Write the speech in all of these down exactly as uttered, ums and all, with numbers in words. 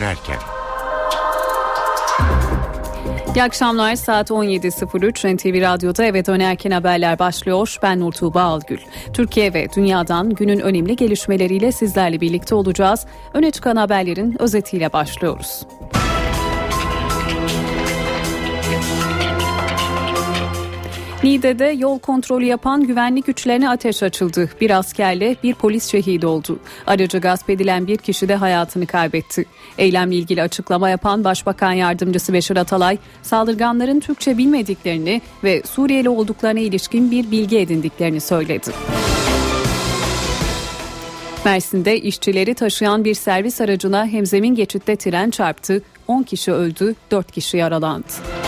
dönerken. İyi akşamlar, saat on yedi sıfır üç N T V Radyo'da Eve Dönerken haberler başlıyor. Ben Nur Tuğba Algül. Türkiye ve dünyadan günün önemli gelişmeleriyle sizlerle birlikte olacağız. Öne çıkan haberlerin özetiyle başlıyoruz. Niğde'de yol kontrolü yapan güvenlik güçlerine ateş açıldı. Bir askerle bir polis şehit oldu. Aracı gasp edilen bir kişi de hayatını kaybetti. Eylemle ilgili açıklama yapan Başbakan Yardımcısı Beşir Atalay, saldırganların Türkçe bilmediklerini ve Suriyeli olduklarına ilişkin bir bilgi edindiklerini söyledi. Mersin'de işçileri taşıyan bir servis aracına hemzemin geçitte tren çarptı. on kişi öldü, dört kişi yaralandı.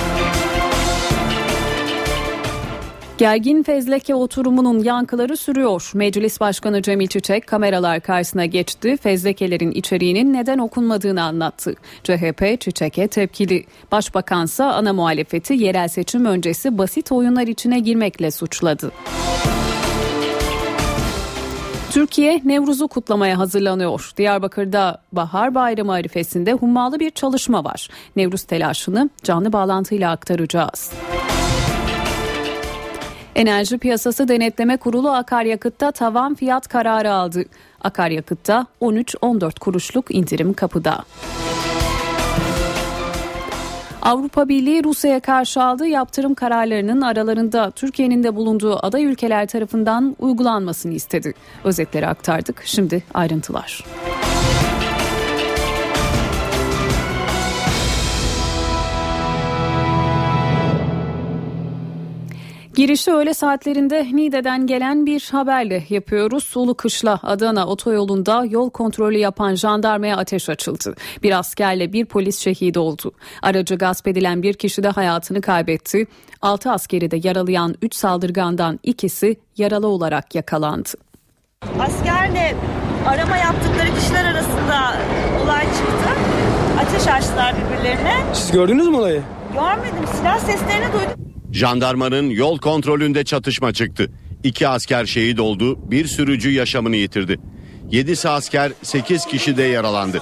Gergin fezleke oturumunun yankıları sürüyor. Meclis Başkanı Cemil Çiçek kameralar karşısına geçti. Fezlekelerin içeriğinin neden okunmadığını anlattı. C H P Çiçek'e tepkili. Başbakansa ana muhalefeti yerel seçim öncesi basit oyunlar içine girmekle suçladı. Türkiye Nevruz'u kutlamaya hazırlanıyor. Diyarbakır'da Bahar Bayramı arifesinde hummalı bir çalışma var. Nevruz telaşını canlı bağlantıyla aktaracağız. Enerji Piyasası Denetleme Kurulu akaryakıtta tavan fiyat kararı aldı. Akaryakıtta on üç on dört kuruşluk indirim kapıda. Avrupa Birliği Rusya'ya karşı aldığı yaptırım kararlarının aralarında Türkiye'nin de bulunduğu aday ülkeler tarafından uygulanmasını istedi. Özetleri aktardık. Şimdi ayrıntılar. Girişi öğle saatlerinde Niğde'den gelen bir haberle yapıyoruz. Ulukışla Adana otoyolunda yol kontrolü yapan jandarmaya ateş açıldı. Bir askerle bir polis şehit oldu. Aracı gasp edilen bir kişi de hayatını kaybetti. altı askeri de yaralayan üç saldırgandan ikisi yaralı olarak yakalandı. Askerle arama yaptıkları kişiler arasında olay çıktı. Ateş açtılar birbirlerine. Siz gördünüz mü olayı? Görmedim. Silah seslerini duydum. Jandarmanın yol kontrolünde çatışma çıktı. İki asker şehit oldu, bir sürücü yaşamını yitirdi. Yedisi asker, sekiz kişi de yaralandı.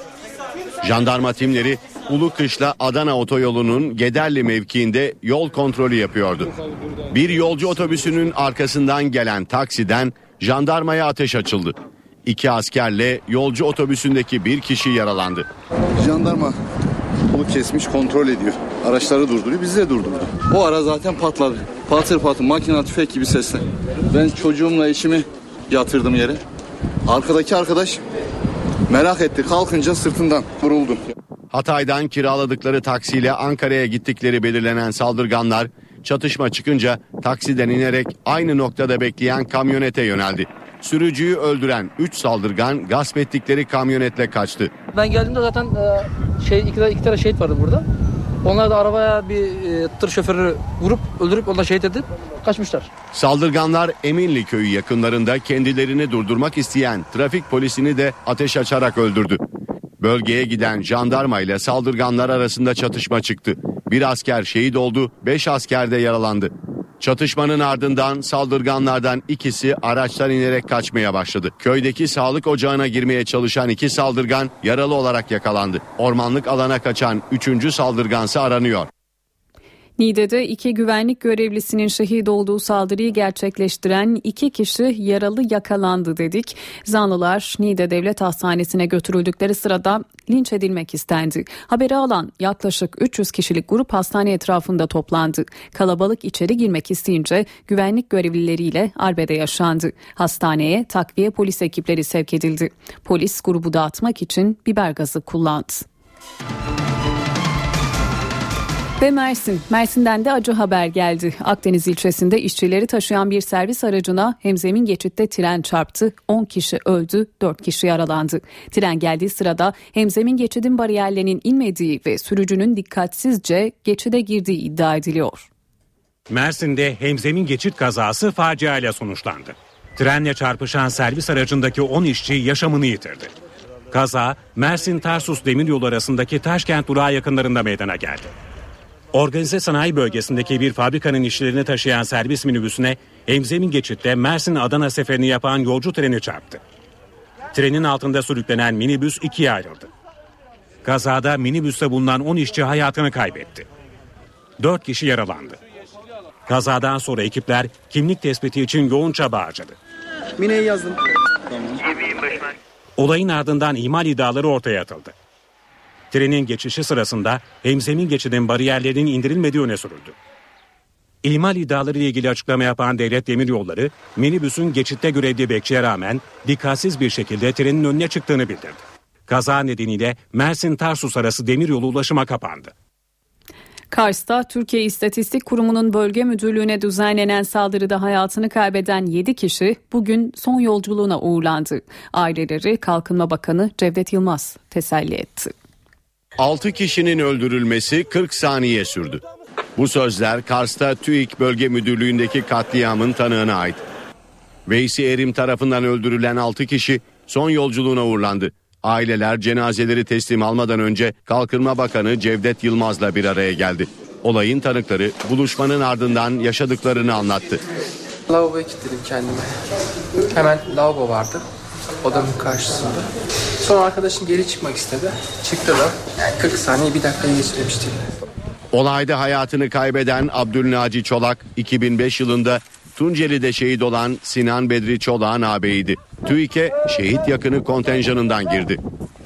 Jandarma timleri Ulukışla Adana otoyolunun Gederli mevkiinde yol kontrolü yapıyordu. Bir yolcu otobüsünün arkasından gelen taksiden jandarmaya ateş açıldı. İki askerle yolcu otobüsündeki bir kişi yaralandı. Jandarma bunu kesmiş, kontrol ediyor. Araçları durduruyor, bizi de durdurdu. O ara zaten patladı. Patır patır makina tüfek gibi sesle. Ben çocuğumla eşimi yatırdım yere. Arkadaki arkadaş merak etti. Kalkınca sırtından vuruldu. Hatay'dan kiraladıkları taksiyle Ankara'ya gittikleri belirlenen saldırganlar çatışma çıkınca taksiden inerek aynı noktada bekleyen kamyonete yöneldi. Sürücüyü öldüren üç saldırgan gasp ettikleri kamyonetle kaçtı. Ben geldiğimde zaten şey iki tane, iki tane şehit vardı burada. Onlar da arabaya bir e, tır şoförü vurup öldürüp onları şehit edip kaçmışlar. Saldırganlar Eminli köyü yakınlarında kendilerini durdurmak isteyen trafik polisini de ateş açarak öldürdü. Bölgeye giden jandarma ile saldırganlar arasında çatışma çıktı. Bir asker şehit oldu, beş asker de yaralandı. Çatışmanın ardından saldırganlardan ikisi araçtan inerek kaçmaya başladı. Köydeki sağlık ocağına girmeye çalışan iki saldırgan yaralı olarak yakalandı. Ormanlık alana kaçan üçüncü saldırgansa aranıyor. Niğde'de iki güvenlik görevlisinin şehit olduğu saldırıyı gerçekleştiren iki kişi yaralı yakalandı dedik. Zanlılar Niğde Devlet Hastanesi'ne götürüldükleri sırada linç edilmek istendi. Haberi alan yaklaşık üç yüz kişilik grup hastane etrafında toplandı. Kalabalık içeri girmek isteyince güvenlik görevlileriyle arbede yaşandı. Hastaneye takviye polis ekipleri sevk edildi. Polis grubu dağıtmak için biber gazı kullandı. Ve Mersin. Mersin'den de acı haber geldi. Akdeniz ilçesinde işçileri taşıyan bir servis aracına hemzemin geçitte tren çarptı. on kişi öldü, dört kişi yaralandı. Tren geldiği sırada hemzemin geçidin bariyerlerinin inmediği ve sürücünün dikkatsizce geçide girdiği iddia ediliyor. Mersin'de hemzemin geçit kazası faciayla sonuçlandı. Trenle çarpışan servis aracındaki on işçi yaşamını yitirdi. Kaza Mersin-Tarsus Demiryolu arasındaki Taşkent durağı yakınlarında meydana geldi. Organize sanayi bölgesindeki bir fabrikanın işçilerini taşıyan servis minibüsüne hemzemin geçitte Mersin-Adana seferini yapan yolcu treni çarptı. Trenin altında sürüklenen minibüs ikiye ayrıldı. Kazada minibüste bulunan on işçi hayatını kaybetti. dört kişi yaralandı. Kazadan sonra ekipler kimlik tespiti için yoğun çaba harcadı. Mine'yi yazdım. Olayın ardından ihmal iddiaları ortaya atıldı. Trenin geçişi sırasında hemzemin geçidin bariyerlerinin indirilmediği öne sürüldü. İhmal iddiaları ile ilgili açıklama yapan Devlet Demiryolları, minibüsün geçitte görevli bekçiye rağmen dikkatsiz bir şekilde trenin önüne çıktığını bildirdi. Kaza nedeniyle Mersin-Tarsus arası demiryolu ulaşıma kapandı. Kars'ta Türkiye İstatistik Kurumu'nun bölge müdürlüğüne düzenlenen saldırıda hayatını kaybeden yedi kişi bugün son yolculuğuna uğurlandı. Aileleri Kalkınma Bakanı Cevdet Yılmaz teselli etti. altı kişinin öldürülmesi kırk saniye sürdü. Bu sözler Kars'ta TÜİK Bölge Müdürlüğü'ndeki katliamın tanığına ait. Veysi Erim tarafından öldürülen altı kişi son yolculuğuna uğurlandı. Aileler cenazeleri teslim almadan önce Kalkınma Bakanı Cevdet Yılmaz'la bir araya geldi. Olayın tanıkları buluşmanın ardından yaşadıklarını anlattı. Lavaboya kilitledim kendimi. Hemen lavabo vardı odamın karşısında. Sonra arkadaşım geri çıkmak istedi. Çıktı da yani kırk saniye bir dakikayı geçirmişti. Olayda hayatını kaybeden Abdülnaci Çolak iki bin beş yılında Tunceli'de şehit olan Sinan Bedri Çolak'ın ağabeyiydi. TÜİK'e şehit yakını kontenjanından girdi.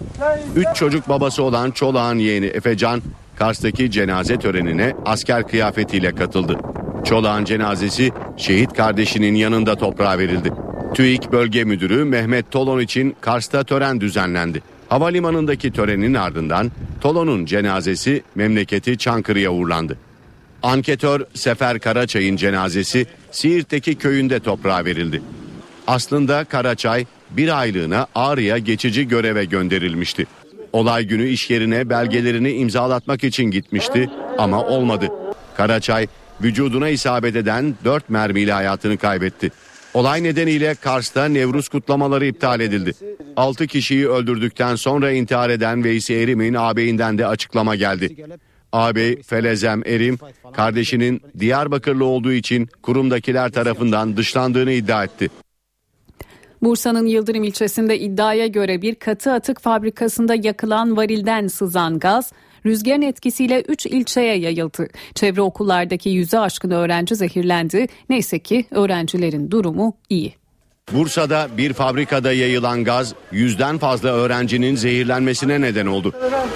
Üç çocuk babası olan Çolak'ın yeğeni Efecan, Kars'taki cenaze törenine asker kıyafetiyle katıldı. Çolak'ın cenazesi şehit kardeşinin yanında toprağa verildi. TÜİK Bölge Müdürü Mehmet Tolon için Kars'ta tören düzenlendi. Havalimanındaki törenin ardından Tolon'un cenazesi memleketi Çankırı'ya uğurlandı. Anketör Sefer Karaçay'ın cenazesi Siirt'teki köyünde toprağa verildi. Aslında Karaçay bir aylığına Ağrı'ya geçici göreve gönderilmişti. Olay günü iş yerine belgelerini imzalatmak için gitmişti ama olmadı. Karaçay vücuduna isabet eden dört mermiyle hayatını kaybetti. Olay nedeniyle Kars'ta Nevruz kutlamaları iptal edildi. altı kişiyi öldürdükten sonra intihar eden Veysi Erim'in ağabeyinden de açıklama geldi. Ağabey Felezem Erim, kardeşinin Diyarbakırlı olduğu için kurumdakiler tarafından dışlandığını iddia etti. Bursa'nın Yıldırım ilçesinde iddiaya göre bir katı atık fabrikasında yakılan varilden sızan gaz, rüzgarın etkisiyle üç ilçeye yayıldı. Çevre okullardaki yüze aşkın öğrenci zehirlendi. Neyse ki öğrencilerin durumu iyi. Bursa'da bir fabrikada yayılan gaz yüzden fazla öğrencinin zehirlenmesine neden oldu.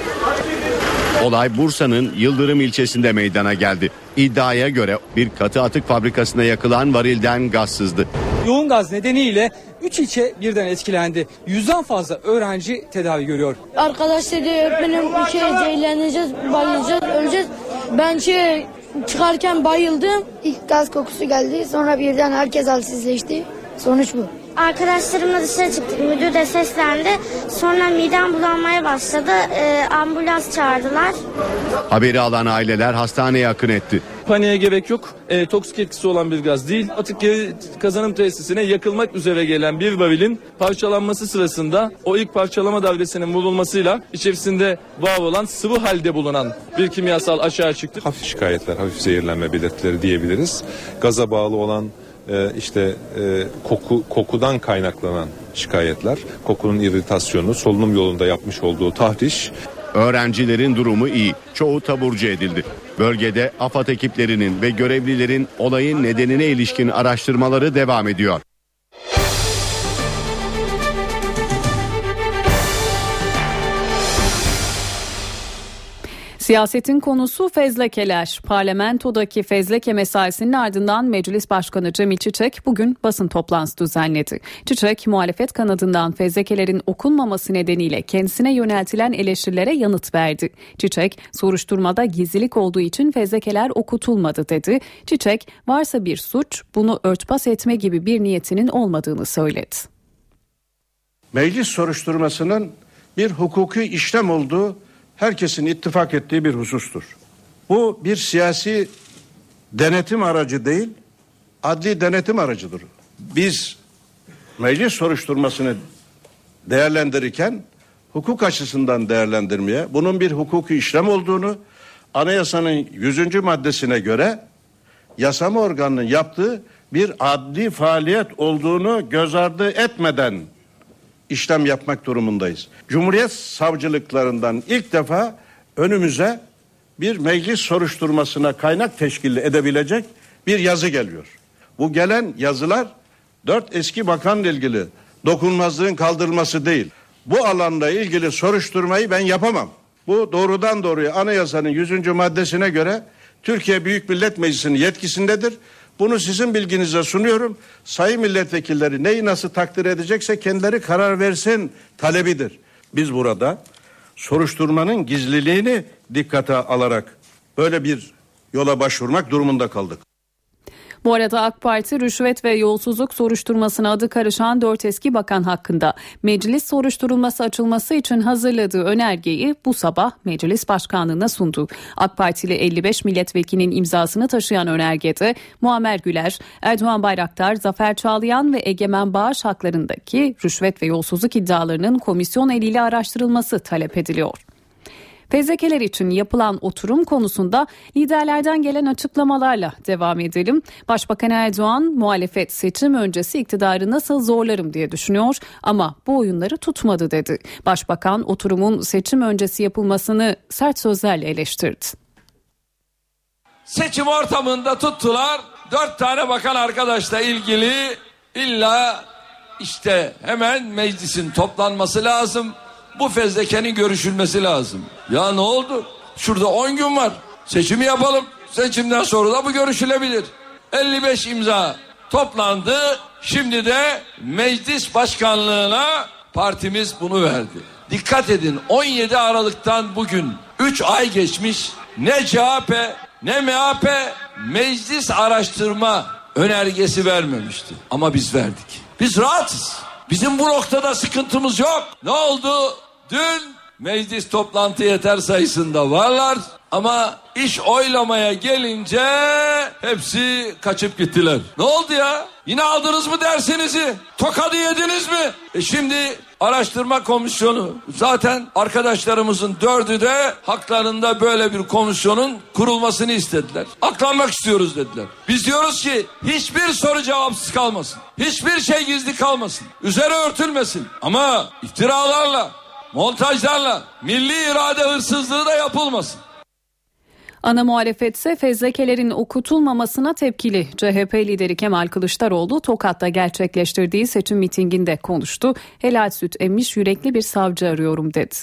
Olay Bursa'nın Yıldırım ilçesinde meydana geldi. İddiaya göre bir katı atık fabrikasına yakılan varilden gaz sızdı. Yoğun gaz nedeniyle üç ilçe birden etkilendi. Yüzden fazla öğrenci tedavi görüyor. Arkadaş dedi öğretmenim bir şey zehirleneceğiz, bayılacağız, öleceğiz. Ben şey çıkarken bayıldım. İlk gaz kokusu geldi, sonra birden herkes halsizleşti. Sonuç bu. Arkadaşlarımla dışarı çıktık. Müdür de seslendi. Sonra midem bulanmaya başladı. Ee, ambulans çağırdılar. Haberi alan aileler hastaneye akın etti. Paniğe gerek yok. E, toksik etkisi olan bir gaz değil. Atık geri kazanım tesisine yakılmak üzere gelen bir varilin parçalanması sırasında o ilk parçalama dalgasının vurulmasıyla içerisinde var olan sıvı halde bulunan bir kimyasal aşağı çıktı. Hafif şikayetler, hafif zehirlenme belirtileri diyebiliriz. Gaza bağlı olan Ee, işte e, koku kokudan kaynaklanan şikayetler, kokunun irritasyonu, solunum yolunda yapmış olduğu tahriş. Öğrencilerin durumu iyi. Çoğu taburcu edildi. Bölgede AFAD ekiplerinin ve görevlilerin olayın nedenine ilişkin araştırmaları devam ediyor. Siyasetin konusu fezlekeler. Parlamentodaki fezleke mesaisinin ardından Meclis Başkanı Cemil Çiçek bugün basın toplantısı düzenledi. Çiçek, muhalefet kanadından fezlekelerin okunmaması nedeniyle kendisine yöneltilen eleştirilere yanıt verdi. Çiçek, soruşturmada gizlilik olduğu için fezlekeler okutulmadı dedi. Çiçek, varsa bir suç, bunu örtbas etme gibi bir niyetinin olmadığını söyledi. Meclis soruşturmasının bir hukuki işlem olduğu herkesin ittifak ettiği bir husustur. Bu bir siyasi denetim aracı değil, adli denetim aracıdır. Biz meclis soruşturmasını değerlendirirken hukuk açısından değerlendirmeye, bunun bir hukuki işlem olduğunu, anayasanın yüzüncü maddesine göre yasama organının yaptığı bir adli faaliyet olduğunu göz ardı etmeden işlem yapmak durumundayız. Cumhuriyet savcılıklarından ilk defa önümüze bir meclis soruşturmasına kaynak teşkil edebilecek bir yazı geliyor. Bu gelen yazılar dört eski bakanla ilgili dokunulmazlığın kaldırılması değil. Bu alanla ilgili soruşturmayı ben yapamam. Bu doğrudan doğruya anayasanın yüzüncü maddesine göre Türkiye Büyük Millet Meclisi'nin yetkisindedir. Bunu sizin bilginize sunuyorum. Sayın milletvekilleri neyi nasıl takdir edecekse kendileri karar versin talebidir. Biz burada soruşturmanın gizliliğini dikkate alarak böyle bir yola başvurmak durumunda kaldık. Bu arada AK Parti rüşvet ve yolsuzluk soruşturmasına adı karışan dört eski bakan hakkında meclis soruşturulması açılması için hazırladığı önergeyi bu sabah meclis başkanlığına sundu. AK Partili elli beş milletvekilinin imzasını taşıyan önergede Muammer Güler, Erdoğan Bayraktar, Zafer Çağlayan ve Egemen Bağış haklarındaki rüşvet ve yolsuzluk iddialarının komisyon eliyle araştırılması talep ediliyor. Fezlekeler için yapılan oturum konusunda liderlerden gelen açıklamalarla devam edelim. Başbakan Erdoğan, muhalefet seçim öncesi iktidarı nasıl zorlarım diye düşünüyor ama bu oyunları tutmadı dedi. Başbakan oturumun seçim öncesi yapılmasını sert sözlerle eleştirdi. Seçim ortamında tuttular, dört tane bakan arkadaşla ilgili illa işte hemen meclisin toplanması lazım. Bu fezlekenin görüşülmesi lazım. Ya ne oldu? Şurada on gün var. Seçimi yapalım. Seçimden sonra da bu görüşülebilir. elli beş imza toplandı. Şimdi de meclis başkanlığına partimiz bunu verdi. Dikkat edin, on yedi Aralık'tan bugün üç ay geçmiş. Ne C H P ne M H P meclis araştırma önergesi vermemişti. Ama biz verdik. Biz rahatız. Bizim bu noktada sıkıntımız yok. Ne oldu? Dün meclis toplantı yeter sayısında varlar ama iş oylamaya gelince hepsi kaçıp gittiler. Ne oldu ya? Yine aldınız mı dersinizi? Tokadı yediniz mi? E şimdi araştırma komisyonu, zaten arkadaşlarımızın dördü de haklarında böyle bir komisyonun kurulmasını istediler. Aklanmak istiyoruz dediler. Biz diyoruz ki hiçbir soru cevapsız kalmasın. Hiçbir şey gizli kalmasın. Üzeri örtülmesin. Ama iftiralarla, montajlarla milli irade hırsızlığı da yapılmasın. Ana muhalefet ise fezlekelerin okutulmamasına tepkili. C H P lideri Kemal Kılıçdaroğlu Tokat'ta gerçekleştirdiği seçim mitinginde konuştu. Helal süt emmiş yürekli bir savcı arıyorum dedi.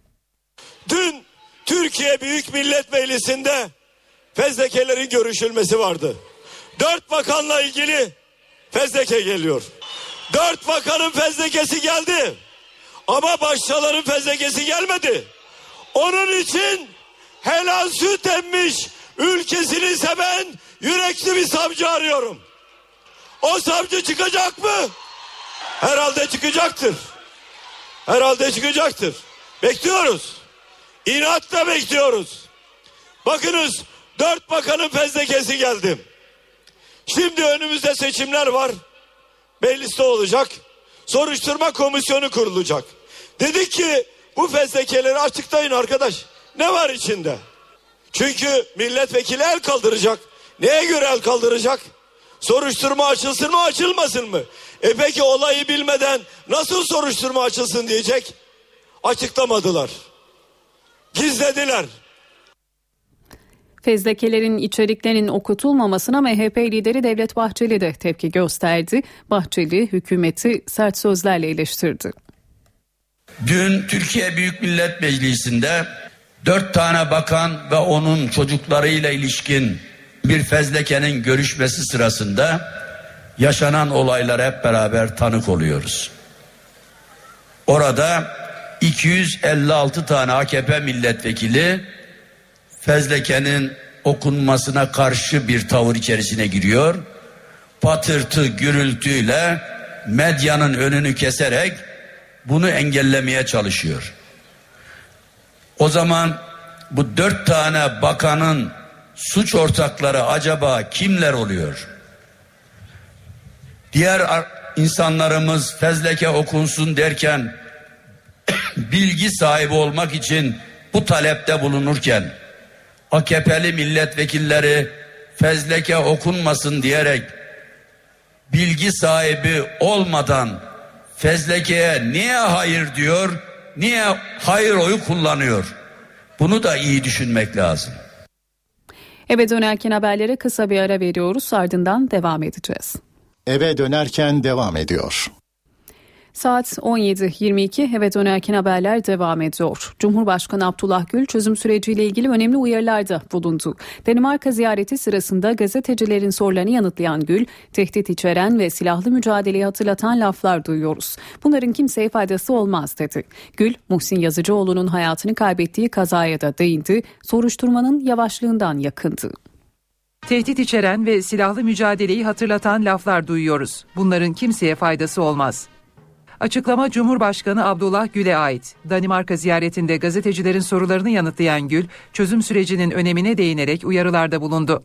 Dün Türkiye Büyük Millet Meclisi'nde fezlekelerin görüşülmesi vardı. Dört bakanla ilgili fezleke geliyor. Dört bakanın fezlekesi geldi. Ama başkalarının fezlekesi gelmedi. Onun için helal süt emmiş, ülkesini seven yürekli bir savcı arıyorum. O savcı çıkacak mı? Herhalde çıkacaktır. Herhalde çıkacaktır. Bekliyoruz. İnatla bekliyoruz. Bakınız, dört bakanın fezlekesi geldi. Şimdi önümüzde seçimler var. Mecliste olacak. Soruşturma komisyonu kurulacak. Dedik ki bu fezlekeleri açıklayın arkadaş. Ne var içinde? Çünkü milletvekili el kaldıracak. Neye göre el kaldıracak? Soruşturma açılsın mı açılmasın mı? E peki olayı bilmeden nasıl soruşturma açılsın diyecek? Açıklamadılar. Gizlediler. Fezlekelerin içeriklerinin okutulmamasına M H P lideri Devlet Bahçeli de tepki gösterdi. Bahçeli hükümeti sert sözlerle eleştirdi. Dün Türkiye Büyük Millet Meclisi'nde dört tane bakan ve onun çocuklarıyla ilişkin bir fezlekenin görüşmesi sırasında yaşanan olaylara hep beraber tanık oluyoruz. Orada iki yüz elli altı tane A K P milletvekili fezlekenin okunmasına karşı bir tavır içerisine giriyor. Patırtı gürültüyle medyanın önünü keserek bunu engellemeye çalışıyor. O zaman bu dört tane bakanın suç ortakları acaba kimler oluyor? Diğer insanlarımız fezleke okunsun derken bilgi sahibi olmak için bu talepte bulunurken A K P'li milletvekilleri fezleke okunmasın diyerek bilgi sahibi olmadan fezlekeye niye hayır diyor, niye hayır oyu kullanıyor? Bunu da iyi düşünmek lazım. Eve dönerken haberlere kısa bir ara veriyoruz, ardından devam edeceğiz. Eve dönerken devam ediyor. Saat on yedi yirmi iki, eve dönerken haberler devam ediyor. Cumhurbaşkanı Abdullah Gül çözüm süreciyle ilgili önemli uyarılarda bulundu. Danimarka ziyareti sırasında gazetecilerin sorularını yanıtlayan Gül, tehdit içeren ve silahlı mücadeleyi hatırlatan laflar duyuyoruz. Bunların kimseye faydası olmaz dedi. Gül, Muhsin Yazıcıoğlu'nun hayatını kaybettiği kazaya da değindi. Soruşturmanın yavaşlığından yakındı. Tehdit içeren ve silahlı mücadeleyi hatırlatan laflar duyuyoruz. Bunların kimseye faydası olmaz. Açıklama Cumhurbaşkanı Abdullah Gül'e ait. Danimarka ziyaretinde gazetecilerin sorularını yanıtlayan Gül, çözüm sürecinin önemine değinerek uyarılarda bulundu.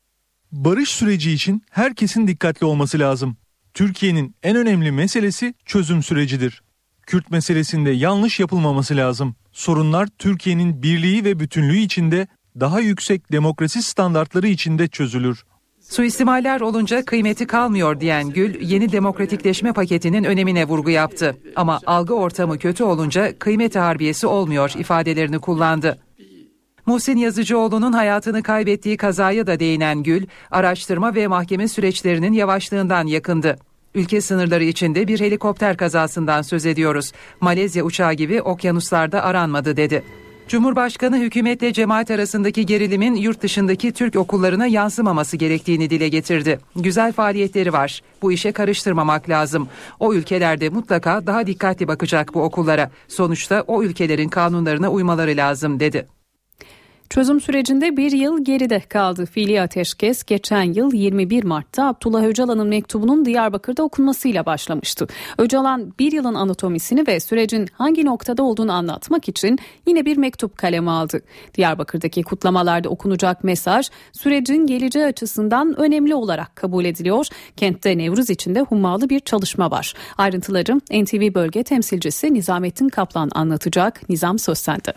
Barış süreci için herkesin dikkatli olması lazım. Türkiye'nin en önemli meselesi çözüm sürecidir. Kürt meselesinde yanlış yapılmaması lazım. Sorunlar Türkiye'nin birliği ve bütünlüğü içinde, daha yüksek demokrasi standartları içinde çözülür. Suistimaller olunca kıymeti kalmıyor diyen Gül, yeni demokratikleşme paketinin önemine vurgu yaptı. Ama algı ortamı kötü olunca kıymet harbiyesi olmuyor ifadelerini kullandı. Muhsin Yazıcıoğlu'nun hayatını kaybettiği kazaya da değinen Gül, araştırma ve mahkeme süreçlerinin yavaşlığından yakındı. Ülke sınırları içinde bir helikopter kazasından söz ediyoruz. Malezya uçağı gibi okyanuslarda aranmadı dedi. Cumhurbaşkanı hükümetle cemaat arasındaki gerilimin yurt dışındaki Türk okullarına yansımaması gerektiğini dile getirdi. Güzel faaliyetleri var. Bu işe karıştırmamak lazım. O ülkelerde mutlaka daha dikkatli bakacak bu okullara. Sonuçta o ülkelerin kanunlarına uymaları lazım dedi. Çözüm sürecinde bir yıl geride kaldı. Fiili ateşkes geçen yıl yirmi bir Mart'ta Abdullah Öcalan'ın mektubunun Diyarbakır'da okunmasıyla başlamıştı. Öcalan bir yılın anatomisini ve sürecin hangi noktada olduğunu anlatmak için yine bir mektup kaleme aldı. Diyarbakır'daki kutlamalarda okunacak mesaj sürecin geleceği açısından önemli olarak kabul ediliyor. Kentte Nevruz içinde hummalı bir çalışma var. Ayrıntıları N T V bölge temsilcisi Nizamettin Kaplan anlatacak. Nizam söz sende.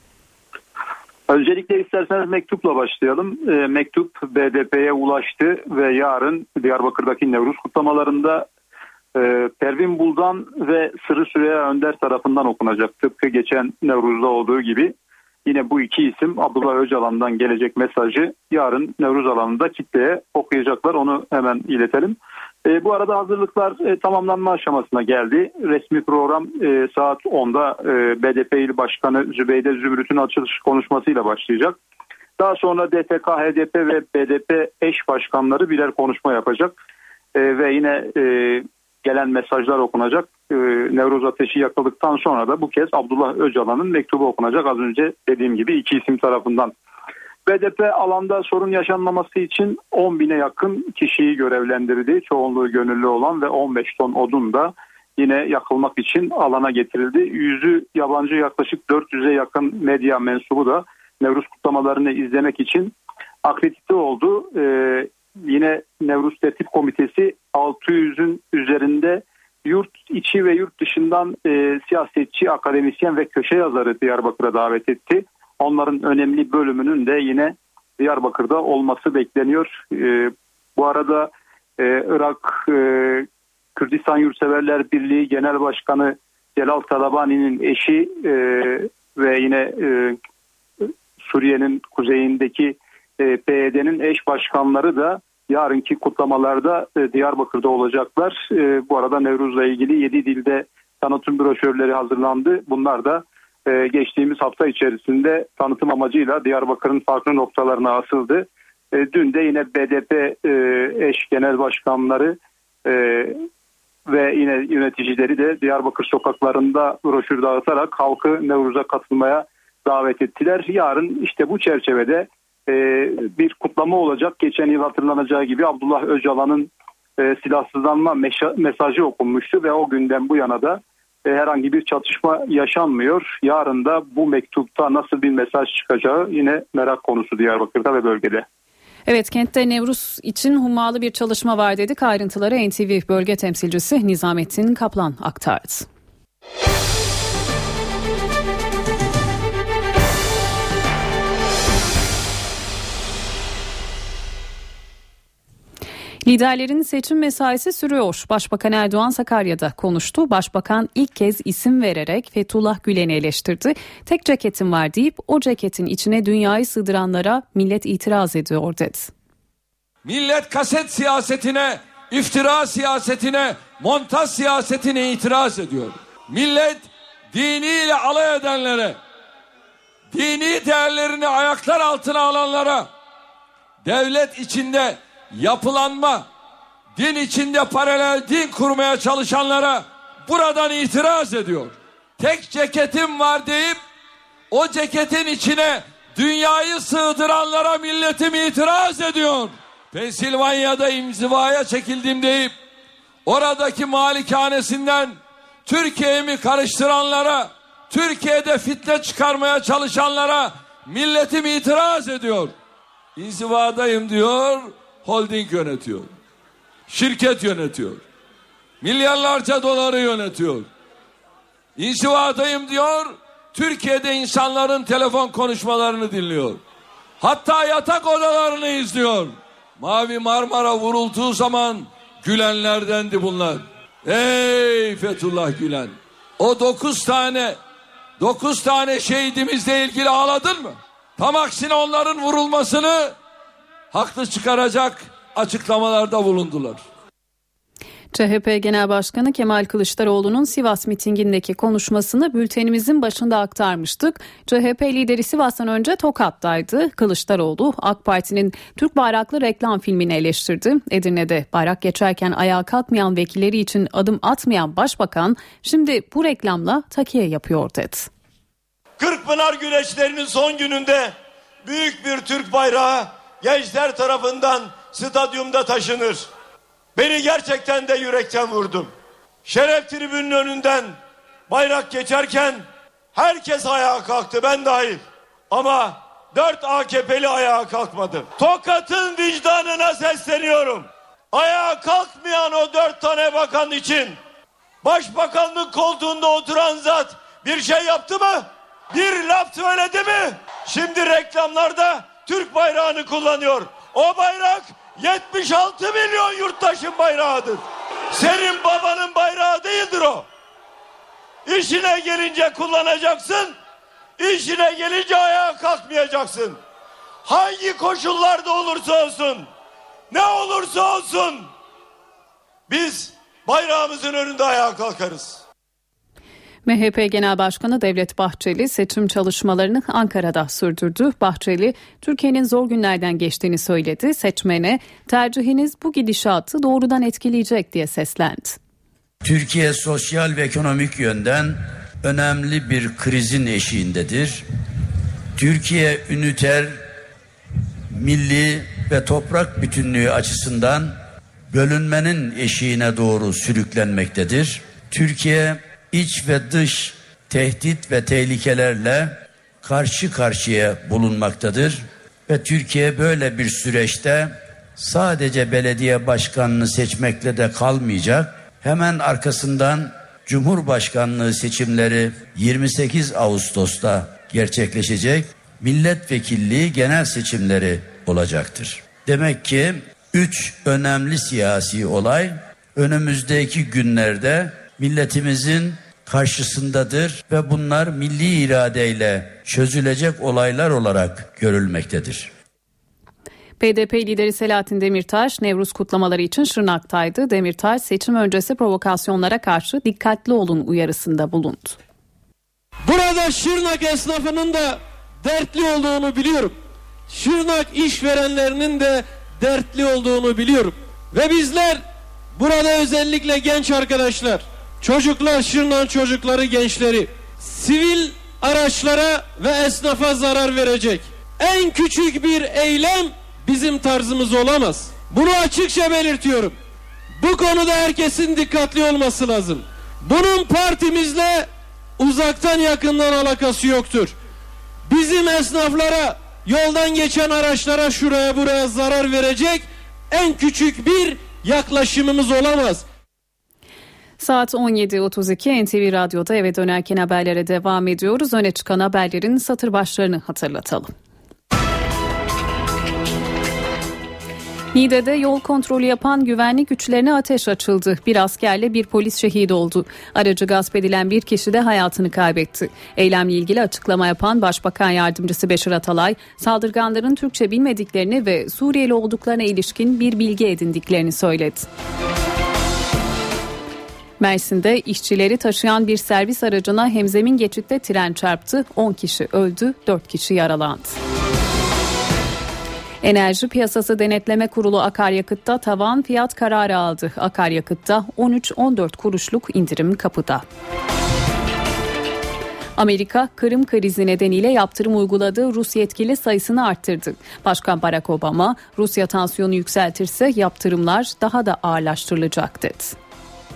Öncelikle isterseniz mektupla başlayalım. E, mektup B D P'ye ulaştı ve yarın Diyarbakır'daki Nevruz kutlamalarında e, Pervin Buldan ve Sırrı Süreyya Önder tarafından okunacak. Tıpkı geçen Nevruz'da olduğu gibi yine bu iki isim Abdullah Öcalan'dan gelecek mesajı yarın Nevruz alanında kitleye okuyacaklar. Onu hemen iletelim. E, bu arada hazırlıklar e, tamamlanma aşamasına geldi. Resmi program e, saat onda e, B D P İl Başkanı Zübeyde Zümrüt'ün açılış konuşmasıyla başlayacak. Daha sonra D T K, H D P ve B D P eş başkanları birer konuşma yapacak. E, ve yine e, gelen mesajlar okunacak. E, Nevruz ateşi yakıldıktan sonra da bu kez Abdullah Öcalan'ın mektubu okunacak. Az önce dediğim gibi iki isim tarafından. B D P alanda sorun yaşanmaması için on bine yakın kişiyi görevlendirdi. Çoğunluğu gönüllü olan ve on beş ton odun da yine yakılmak için alana getirildi. Yüzü yabancı yaklaşık dört yüze yakın medya mensubu da Nevruz kutlamalarını izlemek için akredite oldu. Ee, yine Nevruz Tertip Komitesi altı yüzün üzerinde yurt içi ve yurt dışından e, siyasetçi, akademisyen ve köşe yazarı Diyarbakır'a davet etti. Onların önemli bölümünün de yine Diyarbakır'da olması bekleniyor. E, bu arada e, Irak e, Kürdistan Yurtseverler Birliği Genel Başkanı Celal Talabani'nin eşi e, ve yine e, Suriye'nin kuzeyindeki e, P Y D'nin eş başkanları da yarınki kutlamalarda e, Diyarbakır'da olacaklar. E, bu arada Nevruz'la ilgili yedi dilde tanıtım broşürleri hazırlandı. Bunlar da e, geçtiğimiz hafta içerisinde tanıtım amacıyla Diyarbakır'ın farklı noktalarına asıldı. E, dün de yine B D P e, eş genel başkanları e, ve yine yöneticileri de Diyarbakır sokaklarında broşür dağıtarak halkı Nevruz'a katılmaya davet ettiler. Yarın işte bu çerçevede e, bir kutlama olacak. Geçen yıl hatırlanacağı gibi Abdullah Öcalan'ın e, silahsızlanma meşa- mesajı okunmuştu ve o günden bu yana da e, herhangi bir çatışma yaşanmıyor. Yarın da bu mektupta nasıl bir mesaj çıkacağı yine merak konusu Diyarbakır'da ve bölgede. Evet, kentte Nevruz için hummalı bir çalışma var dedik. Ayrıntıları N T V bölge temsilcisi Nizamettin Kaplan aktardı. Liderlerin seçim mesaisi sürüyor. Başbakan Erdoğan Sakarya'da konuştu. Başbakan ilk kez isim vererek Fethullah Gülen'i eleştirdi. Tek ceketim var deyip o ceketin içine dünyayı sığdıranlara millet itiraz ediyor dedi. Millet kaset siyasetine, iftira siyasetine, montaj siyasetine itiraz ediyor. Millet diniyle alay edenlere, dini değerlerini ayaklar altına alanlara, devlet içinde yapılanma, din içinde paralel din kurmaya çalışanlara buradan itiraz ediyor. Tek ceketim var deyip o ceketin içine dünyayı sığdıranlara milletim itiraz ediyor. Pensilvanya'da inzivaya çekildim deyip oradaki malikanesinden Türkiye'mi karıştıranlara, Türkiye'de fitne çıkarmaya çalışanlara milletim itiraz ediyor. İnzivadayım diyor, holding yönetiyor. Şirket yönetiyor. Milyarlarca doları yönetiyor. İnzivadayım diyor, Türkiye'de insanların telefon konuşmalarını dinliyor. Hatta yatak odalarını izliyor. Mavi Marmara vurulduğu zaman gülenlerdendi bunlar. Ey Fethullah Gülen! O dokuz tane, dokuz tane şehidimizle ilgili ağladın mı? Tam aksine onların vurulmasını haklı çıkaracak açıklamalarda bulundular. C H P Genel Başkanı Kemal Kılıçdaroğlu'nun Sivas mitingindeki konuşmasını bültenimizin başında aktarmıştık. C H P lideri Sivas'tan önce Tokat'taydı. Kılıçdaroğlu AK Parti'nin Türk bayraklı reklam filmini eleştirdi. Edirne'de bayrak geçerken ayağa kalkmayan vekilleri için adım atmayan başbakan şimdi bu reklamla takiye yapıyor dedi. Kırkpınar güreşlerinin son gününde büyük bir Türk bayrağı gençler tarafından stadyumda taşınır. Beni gerçekten de yürekten vurdum. Şeref tribünün önünden bayrak geçerken herkes ayağa kalktı, ben dahil. Ama dört A K P'li ayağa kalkmadı. Tokat'ın vicdanına sesleniyorum. Ayağa kalkmayan o dört tane bakan için başbakanlık koltuğunda oturan zat bir şey yaptı mı? Bir laf söyledi mi? Şimdi reklamlarda Türk bayrağını kullanıyor. O bayrak yetmiş altı milyon yurttaşın bayrağıdır. Senin babanın bayrağı değildir o. İşine gelince kullanacaksın, işine gelince ayağa kalkmayacaksın. Hangi koşullarda olursa olsun, ne olursa olsun biz bayrağımızın önünde ayağa kalkarız. M H P Genel Başkanı Devlet Bahçeli seçim çalışmalarını Ankara'da sürdürdü. Bahçeli, Türkiye'nin zor günlerden geçtiğini söyledi. Seçmene tercihiniz bu gidişatı doğrudan etkileyecek diye seslendi. Türkiye sosyal ve ekonomik yönden önemli bir krizin eşiğindedir. Türkiye üniter, milli ve toprak bütünlüğü açısından bölünmenin eşiğine doğru sürüklenmektedir. Türkiye iç ve dış tehdit ve tehlikelerle karşı karşıya bulunmaktadır ve Türkiye böyle bir süreçte sadece belediye başkanını seçmekle de kalmayacak. Hemen arkasından Cumhurbaşkanlığı seçimleri yirmi sekiz Ağustos'ta gerçekleşecek, milletvekilliği genel seçimleri olacaktır. Demek ki üç önemli siyasi olay önümüzdeki günlerde milletimizin karşısındadır ve bunlar milli iradeyle çözülecek olaylar olarak görülmektedir. B D P lideri Selahattin Demirtaş Nevruz kutlamaları için Şırnak'taydı. Demirtaş seçim öncesi provokasyonlara karşı dikkatli olun uyarısında bulundu. Burada Şırnak esnafının da dertli olduğunu biliyorum. Şırnak işverenlerinin de dertli olduğunu biliyorum. Ve bizler burada özellikle genç arkadaşlar, çocuklar, Şırnak çocukları, gençleri sivil araçlara ve esnafa zarar verecek en küçük bir eylem bizim tarzımız olamaz. Bunu açıkça belirtiyorum. Bu konuda herkesin dikkatli olması lazım. Bunun partimizle uzaktan yakından alakası yoktur. Bizim esnaflara, yoldan geçen araçlara, şuraya buraya zarar verecek en küçük bir yaklaşımımız olamaz. Saat on yedi otuz iki N T V Radyo'da eve dönerken haberlere devam ediyoruz. Öne çıkan haberlerin satır başlarını hatırlatalım. Niğde'de yol kontrolü yapan güvenlik güçlerine ateş açıldı. Bir askerle bir polis şehit oldu. Aracı gasp edilen bir kişi de hayatını kaybetti. Eylemle ilgili açıklama yapan Başbakan Yardımcısı Beşir Atalay, saldırganların Türkçe bilmediklerini ve Suriyeli olduklarına ilişkin bir bilgi edindiklerini söyledi. Mersin'de işçileri taşıyan bir servis aracına hemzemin geçitte tren çarptı. on kişi öldü, dört kişi yaralandı. Enerji Piyasası Denetleme Kurulu akaryakıtta tavan fiyat kararı aldı. Akaryakıtta on üç on dört kuruşluk indirim kapıda. Amerika, Kırım krizi nedeniyle yaptırım uyguladığı Rus yetkili sayısını arttırdı. Başkan Barack Obama, Rusya tansiyonu yükseltirse yaptırımlar daha da ağırlaştırılacak dedi.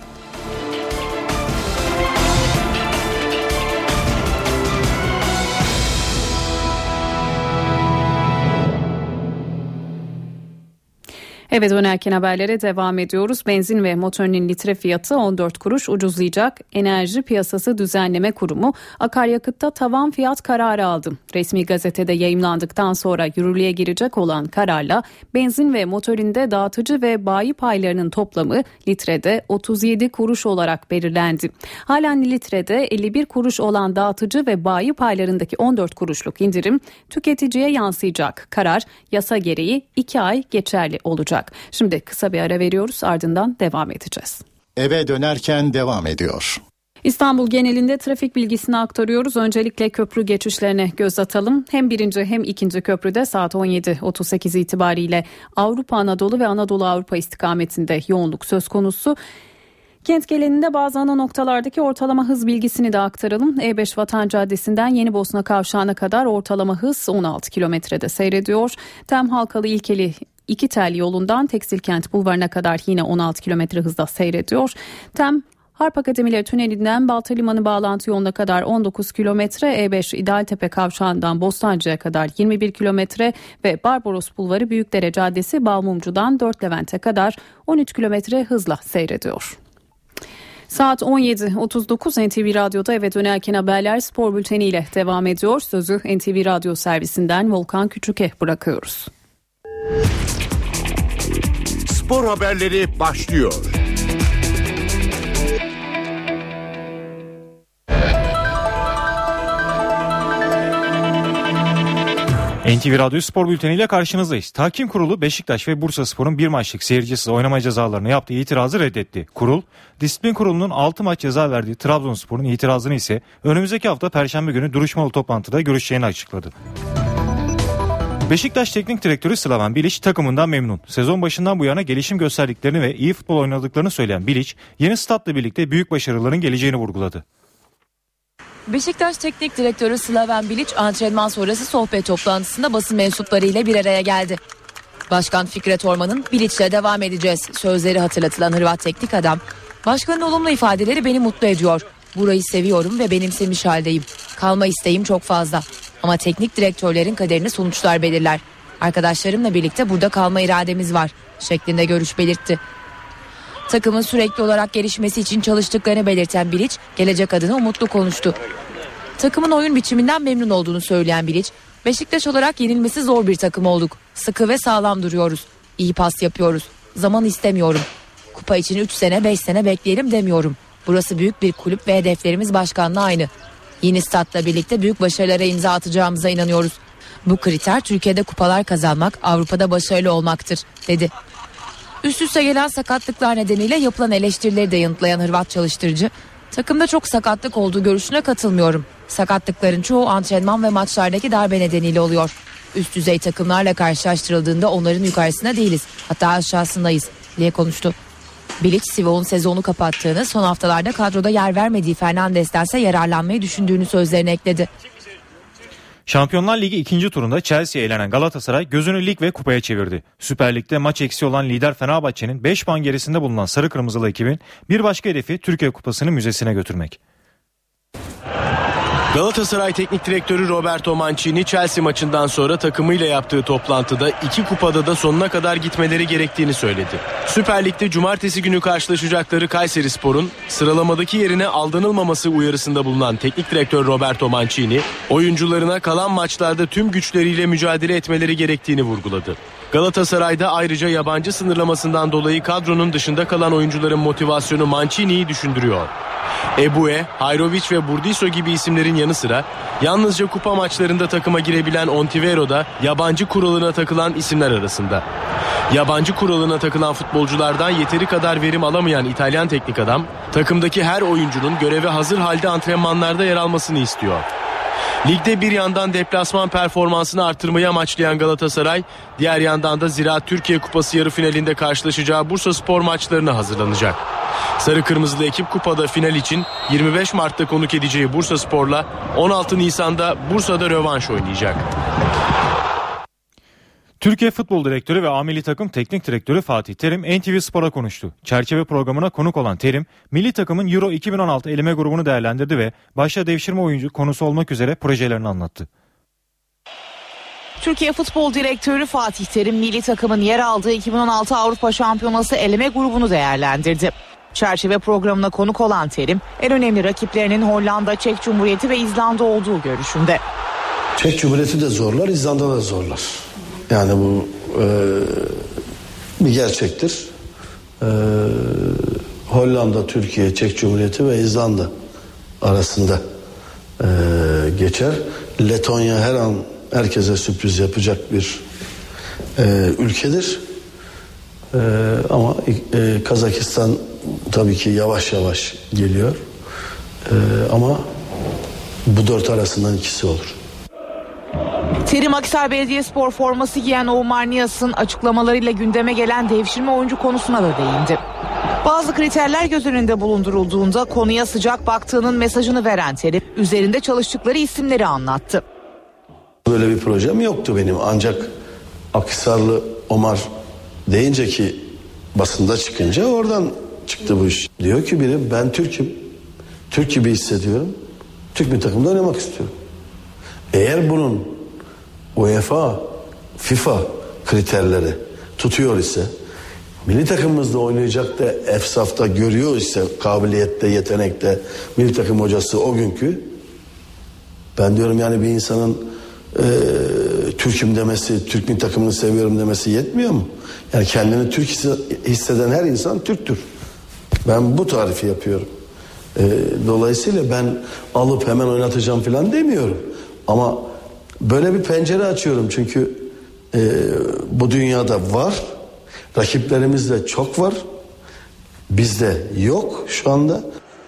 Evet, dönerken haberlere devam ediyoruz. Benzin ve motorinin litre fiyatı on dört kuruş ucuzlayacak. Enerji Piyasası Düzenleme Kurumu akaryakıtta tavan fiyat kararı aldı. Resmi gazetede yayımlandıktan sonra yürürlüğe girecek olan kararla benzin ve motorinde dağıtıcı ve bayi paylarının toplamı litrede otuz yedi kuruş olarak belirlendi. Halen litrede elli bir kuruş olan dağıtıcı ve bayi paylarındaki on dört kuruşluk indirim tüketiciye yansıyacak. Karar yasa gereği iki ay geçerli olacak. Şimdi kısa bir ara veriyoruz, ardından devam edeceğiz. Eve dönerken devam ediyor. İstanbul genelinde trafik bilgisini aktarıyoruz. Öncelikle köprü geçişlerine göz atalım. Hem birinci hem ikinci köprüde saat on yedi otuz sekiz itibariyle Avrupa Anadolu ve Anadolu Avrupa istikametinde yoğunluk söz konusu. Kent genelinde bazı ana noktalardaki ortalama hız bilgisini de aktaralım. E beş Vatan Caddesi'nden Yenibosna Kavşağı'na kadar ortalama hız on altı kilometrede seyrediyor. Tem Halkalı İlkeli İki Tel yolundan Tekstilkent Bulvarı'na kadar yine on altı kilometre hızla seyrediyor. Tem Harp Akademileri Tüneli'nden Balta Limanı bağlantı yoluna kadar on dokuz kilometre, E beş İdealtepe Kavşağı'ndan Bostancı'ya kadar yirmi bir kilometre ve Barbaros Bulvarı Büyükdere Caddesi Balmumcu'dan dört Levent'e kadar on üç kilometre hızla seyrediyor. Saat on yedi otuz dokuz N T V Radyo'da eve dönerken haberler spor bülteniyle devam ediyor. Sözü N T V Radyo servisinden Volkan Küçük'e bırakıyoruz. Spor haberleri başlıyor. N T V Radyo Spor Bülteni ile karşınızdayız. Tahkim Kurulu Beşiktaş ve Bursaspor'un bir maçlık seyircisiz oynama cezalarına yaptığı itirazı reddetti. Kurul, Disiplin Kurulu'nun altı maç ceza verdiği Trabzonspor'un itirazını ise önümüzdeki hafta Perşembe günü duruşmalı toplantıda görüşeceğini açıkladı. Beşiktaş Teknik Direktörü Slaven Bilic takımından memnun. Sezon başından bu yana gelişim gösterdiklerini ve iyi futbol oynadıklarını söyleyen Bilic, yeni statla birlikte büyük başarıların geleceğini vurguladı. Beşiktaş Teknik Direktörü Slaven Bilic antrenman sonrası sohbet toplantısında basın mensuplarıyla bir araya geldi. Başkan Fikret Orman'ın Bilic'le devam edeceğiz sözleri hatırlatılan Hırvat teknik adam, başkanın olumlu ifadeleri beni mutlu ediyor. Burayı seviyorum ve benimsemiş haldeyim. Kalma isteğim çok fazla. Ama teknik direktörlerin kaderini sonuçlar belirler. Arkadaşlarımla birlikte burada kalma irademiz var şeklinde görüş belirtti. Takımın sürekli olarak gelişmesi için çalıştıklarını belirten Bilic, gelecek adına umutlu konuştu. Takımın oyun biçiminden memnun olduğunu söyleyen Bilic, Beşiktaş olarak yenilmesi zor bir takım olduk. Sıkı ve sağlam duruyoruz. İyi pas yapıyoruz. Zaman istemiyorum. Kupa için üç sene beş sene bekleyelim demiyorum. Burası büyük bir kulüp ve hedeflerimiz başkanla aynı. Yeni statla birlikte büyük başarılara imza atacağımıza inanıyoruz. Bu kriter Türkiye'de kupalar kazanmak, Avrupa'da başarılı olmaktır, dedi. Üst üste gelen sakatlıklar nedeniyle yapılan eleştirileri de yanıtlayan Hırvat çalıştırıcı, takımda çok sakatlık olduğu görüşüne katılmıyorum. Sakatlıkların çoğu antrenman ve maçlardaki darbe nedeniyle oluyor. Üst düzey takımlarla karşılaştırıldığında onların yukarısında değiliz, hatta aşağısındayız, diye konuştu. Bilic, Sivok'un sezonu kapattığını, son haftalarda kadroda yer vermediği Fernandes'tense yararlanmayı düşündüğünü sözlerine ekledi. Şampiyonlar Ligi ikinci turunda Chelsea'ye elenen Galatasaray gözünü lig ve kupaya çevirdi. Süper Lig'de maç eksiği olan lider Fenerbahçe'nin beş puan gerisinde bulunan sarı kırmızılı ekibin bir başka hedefi Türkiye Kupası'nı müzesine götürmek. Galatasaray Teknik Direktörü Roberto Mancini Chelsea maçından sonra takımıyla yaptığı toplantıda iki kupada da sonuna kadar gitmeleri gerektiğini söyledi. Süper Lig'de cumartesi günü karşılaşacakları Kayserispor'un sıralamadaki yerine aldanılmaması uyarısında bulunan Teknik Direktör Roberto Mancini, oyuncularına kalan maçlarda tüm güçleriyle mücadele etmeleri gerektiğini vurguladı. Galatasaray'da ayrıca yabancı sınırlamasından dolayı kadronun dışında kalan oyuncuların motivasyonu Mancini'yi düşündürüyor. Ebue, Hayrovic ve Burdiso gibi isimlerin yanı sıra yalnızca kupa maçlarında takıma girebilen Ontivero da yabancı kuralına takılan isimler arasında. Yabancı kuralına takılan futbolculardan yeteri kadar verim alamayan İtalyan teknik adam, takımdaki her oyuncunun göreve hazır halde antrenmanlarda yer almasını istiyor. Ligde bir yandan deplasman performansını artırmayı amaçlayan Galatasaray, diğer yandan da Ziraat Türkiye Kupası yarı finalinde karşılaşacağı Bursaspor maçlarına hazırlanacak. Sarı Kırmızılı ekip kupada final için yirmi beş Mart'ta konuk edeceği Bursaspor'la on altı Nisan'da Bursa'da rövanş oynayacak. Türkiye Futbol Direktörü ve A Milli Takım Teknik Direktörü Fatih Terim N T V Spor'a konuştu. Çerçeve programına konuk olan Terim, milli takımın Euro iki bin on altı eleme grubunu değerlendirdi ve başta devşirme oyuncu konusu olmak üzere projelerini anlattı. Türkiye Futbol Direktörü Fatih Terim, milli takımın yer aldığı iki bin on altı Avrupa Şampiyonası eleme grubunu değerlendirdi. Çerçeve programına konuk olan Terim, en önemli rakiplerinin Hollanda, Çek Cumhuriyeti ve İzlanda olduğu görüşünde. Çek Cumhuriyeti de zorlar, İzlanda da zorlar. Yani bu e, bir gerçektir. E, Hollanda, Türkiye, Çek Cumhuriyeti ve İzlanda arasında e, geçer. Letonya her an herkese sürpriz yapacak bir e, ülkedir. E, ama e, Kazakistan tabii ki yavaş yavaş geliyor. E, ama bu dört arasından ikisi olur. Terim Akhisar Belediyespor forması giyen Omar Niyaz'ın açıklamalarıyla gündeme gelen devşirme oyuncu konusuna da değindi. Bazı kriterler göz önünde bulundurulduğunda konuya sıcak baktığının mesajını veren Terim, üzerinde çalıştıkları isimleri anlattı. Böyle bir projem yoktu benim, ancak Akhisarlı Omar deyince ki basında çıkınca oradan çıktı bu iş. Diyor ki biri, ben Türk'üm, Türk gibi hissediyorum, Türk bir takımda oynamak istiyorum. Eğer bunun UEFA, FIFA kriterleri tutuyor ise, milli takımımızda oynayacak da efsafta görüyor ise, kabiliyette, yetenekte milli takım hocası o günkü, ben diyorum yani bir insanın e, Türk'üm demesi, Türk milli takımını seviyorum demesi yetmiyor mu? Yani kendini Türk hisseden her insan Türktür. Ben bu tarifi yapıyorum. E, dolayısıyla ben alıp hemen oynatacağım falan demiyorum. Ama böyle bir pencere açıyorum çünkü e, bu dünyada var, rakiplerimiz de çok var, bizde yok şu anda.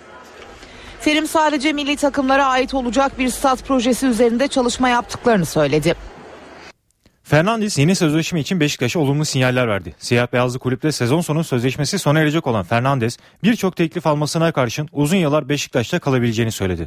Terim sadece milli takımlara ait olacak bir stat projesi üzerinde çalışma yaptıklarını söyledi. Fernandes yeni sözleşme için Beşiktaş'a olumlu sinyaller verdi. Siyah beyazlı kulüpte sezon sonu sözleşmesi sona erecek olan Fernandes, birçok teklif almasına karşın uzun yıllar Beşiktaş'ta kalabileceğini söyledi.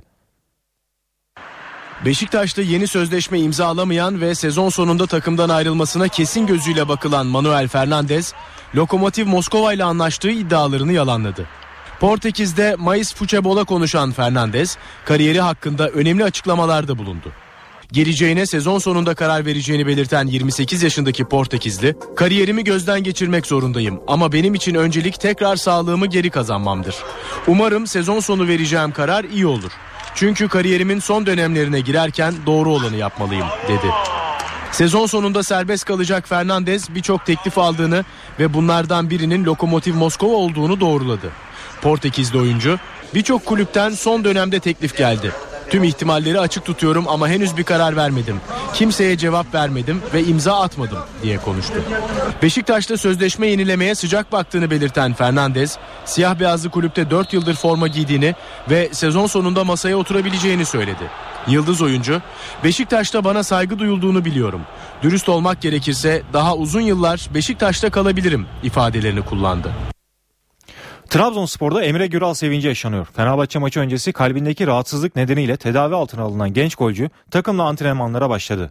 Beşiktaş'ta yeni sözleşme imzalamayan ve sezon sonunda takımdan ayrılmasına kesin gözüyle bakılan Manuel Fernandes, Lokomotiv Moskova ile anlaştığı iddialarını yalanladı. Portekiz'de Mais Futbol'a konuşan Fernandes, kariyeri hakkında önemli açıklamalarda bulundu. Geleceğine sezon sonunda karar vereceğini belirten yirmi sekiz yaşındaki Portekizli, kariyerimi gözden geçirmek zorundayım ama benim için öncelik tekrar sağlığımı geri kazanmamdır. Umarım sezon sonu vereceğim karar iyi olur. Çünkü kariyerimin son dönemlerine girerken doğru olanı yapmalıyım, dedi. Sezon sonunda serbest kalacak Fernandes birçok teklif aldığını ve bunlardan birinin Lokomotiv Moskova olduğunu doğruladı. Portekizli oyuncu, birçok kulüpten son dönemde teklif geldi. Tüm ihtimalleri açık tutuyorum ama henüz bir karar vermedim. Kimseye cevap vermedim ve imza atmadım, diye konuştu. Beşiktaş'ta sözleşme yenilemeye sıcak baktığını belirten Fernandes, siyah beyazlı kulüpte dört yıldır forma giydiğini ve sezon sonunda masaya oturabileceğini söyledi. Yıldız oyuncu, Beşiktaş'ta bana saygı duyulduğunu biliyorum. Dürüst olmak gerekirse daha uzun yıllar Beşiktaş'ta kalabilirim ifadelerini kullandı. Trabzonspor'da Emre Güral sevinci yaşanıyor. Fenerbahçe maçı öncesi kalbindeki rahatsızlık nedeniyle tedavi altına alınan genç golcü takımla antrenmanlara başladı.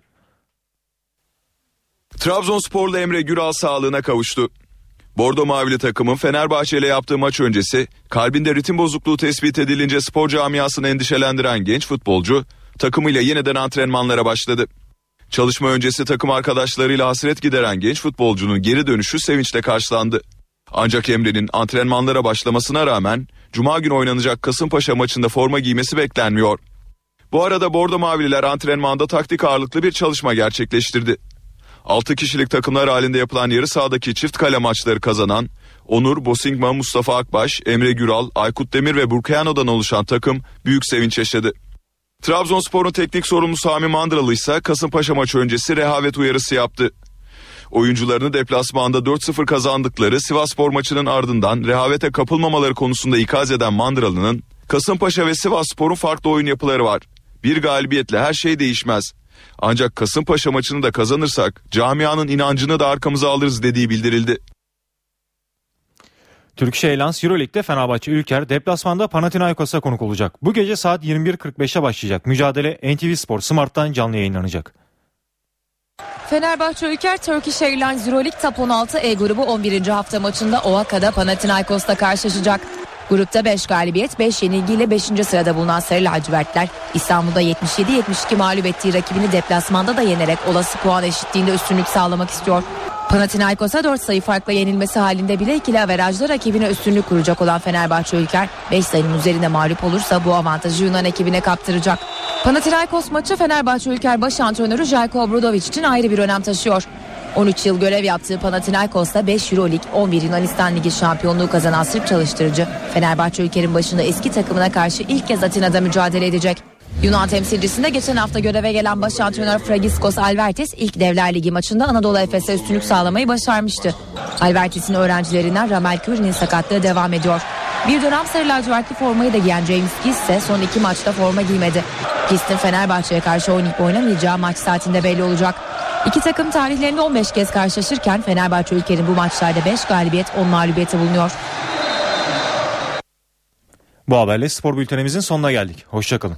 Trabzonsporlu Emre Güral sağlığına kavuştu. Bordo Mavili takımın Fenerbahçe ile yaptığı maç öncesi kalbinde ritim bozukluğu tespit edilince spor camiasını endişelendiren genç futbolcu takımıyla yeniden antrenmanlara başladı. Çalışma öncesi takım arkadaşlarıyla hasret gideren genç futbolcunun geri dönüşü sevinçle karşılandı. Ancak Emre'nin antrenmanlara başlamasına rağmen Cuma günü oynanacak Kasımpaşa maçında forma giymesi beklenmiyor. Bu arada Bordo Mavililer antrenmanda taktik ağırlıklı bir çalışma gerçekleştirdi. altı kişilik takımlar halinde yapılan yarı sahadaki çift kale maçları kazanan Onur, Bosingman, Mustafa Akbaş, Emre Güral, Aykut Demir ve Burkayano'dan oluşan takım büyük sevinç yaşadı. Trabzonspor'un teknik sorumlusu Sami Mandıralı ise Kasımpaşa maçı öncesi rehavet uyarısı yaptı. Oyuncularını deplasmanda dört sıfır kazandıkları Sivasspor maçının ardından rehavete kapılmamaları konusunda ikaz eden Mandıralı'nın Kasımpaşa ve Sivasspor'un farklı oyun yapıları var. Bir galibiyetle her şey değişmez. Ancak Kasımpaşa maçını da kazanırsak camianın inancını da arkamıza alırız dediği bildirildi. Turkish Airlines Euroleague'de Fenerbahçe Ülker deplasmanda Panathinaikos'a konuk olacak. Bu gece saat yirmi bir kırk beşe başlayacak mücadele N T V Spor Smart'tan canlı yayınlanacak. Fenerbahçe Ülker Turkish Airlines Euroleague Top on altı E grubu on birinci hafta maçında Oaxaca'da Panathinaikos'ta karşılaşacak. Grupta beş galibiyet, beş yenilgiyle beşinci sırada bulunan Sarı Lacivertler İstanbul'da yetmiş yedi yetmiş iki mağlup ettiği rakibini deplasmanda da yenerek olası puan eşitliğinde üstünlük sağlamak istiyor. Panathinaikos'a dört sayı farkla yenilmesi halinde bile ikili averajda rakibine üstünlük kuracak olan Fenerbahçe Ülker beş sayının üzerinde mağlup olursa bu avantajı Yunan ekibine kaptıracak. Panathinaikos maçı Fenerbahçe Ülker baş antrenörü Željko Obradović için ayrı bir önem taşıyor. on üç yıl görev yaptığı Panathinaikos'ta beş Euroleague, on bir Yunanistan Ligi şampiyonluğu kazanan Sırp çalıştırıcı Fenerbahçe Ülker'in başında eski takımına karşı ilk kez Atina'da mücadele edecek. Yunan temsilcisinde geçen hafta göreve gelen baş antrenör Fragiskos Alvertis ilk Devler Ligi maçında Anadolu Efes'e üstünlük sağlamayı başarmıştı. Alvertis'in öğrencilerinden Ramel Curry'nin sakatlığı devam ediyor. Bir dönem sarı lacivertli formayı da giyen James Gist ise son iki maçta forma giymedi. Gist'in Fenerbahçe'ye karşı oynayıp oynamayacağı maç saatinde belli olacak. İki takım tarihlerinde on beş kez karşılaşırken Fenerbahçe Ülker'in bu maçlarda beş galibiyet, on mağlubiyeti bulunuyor. Bu haberle spor bültenimizin sonuna geldik. Hoşçakalın.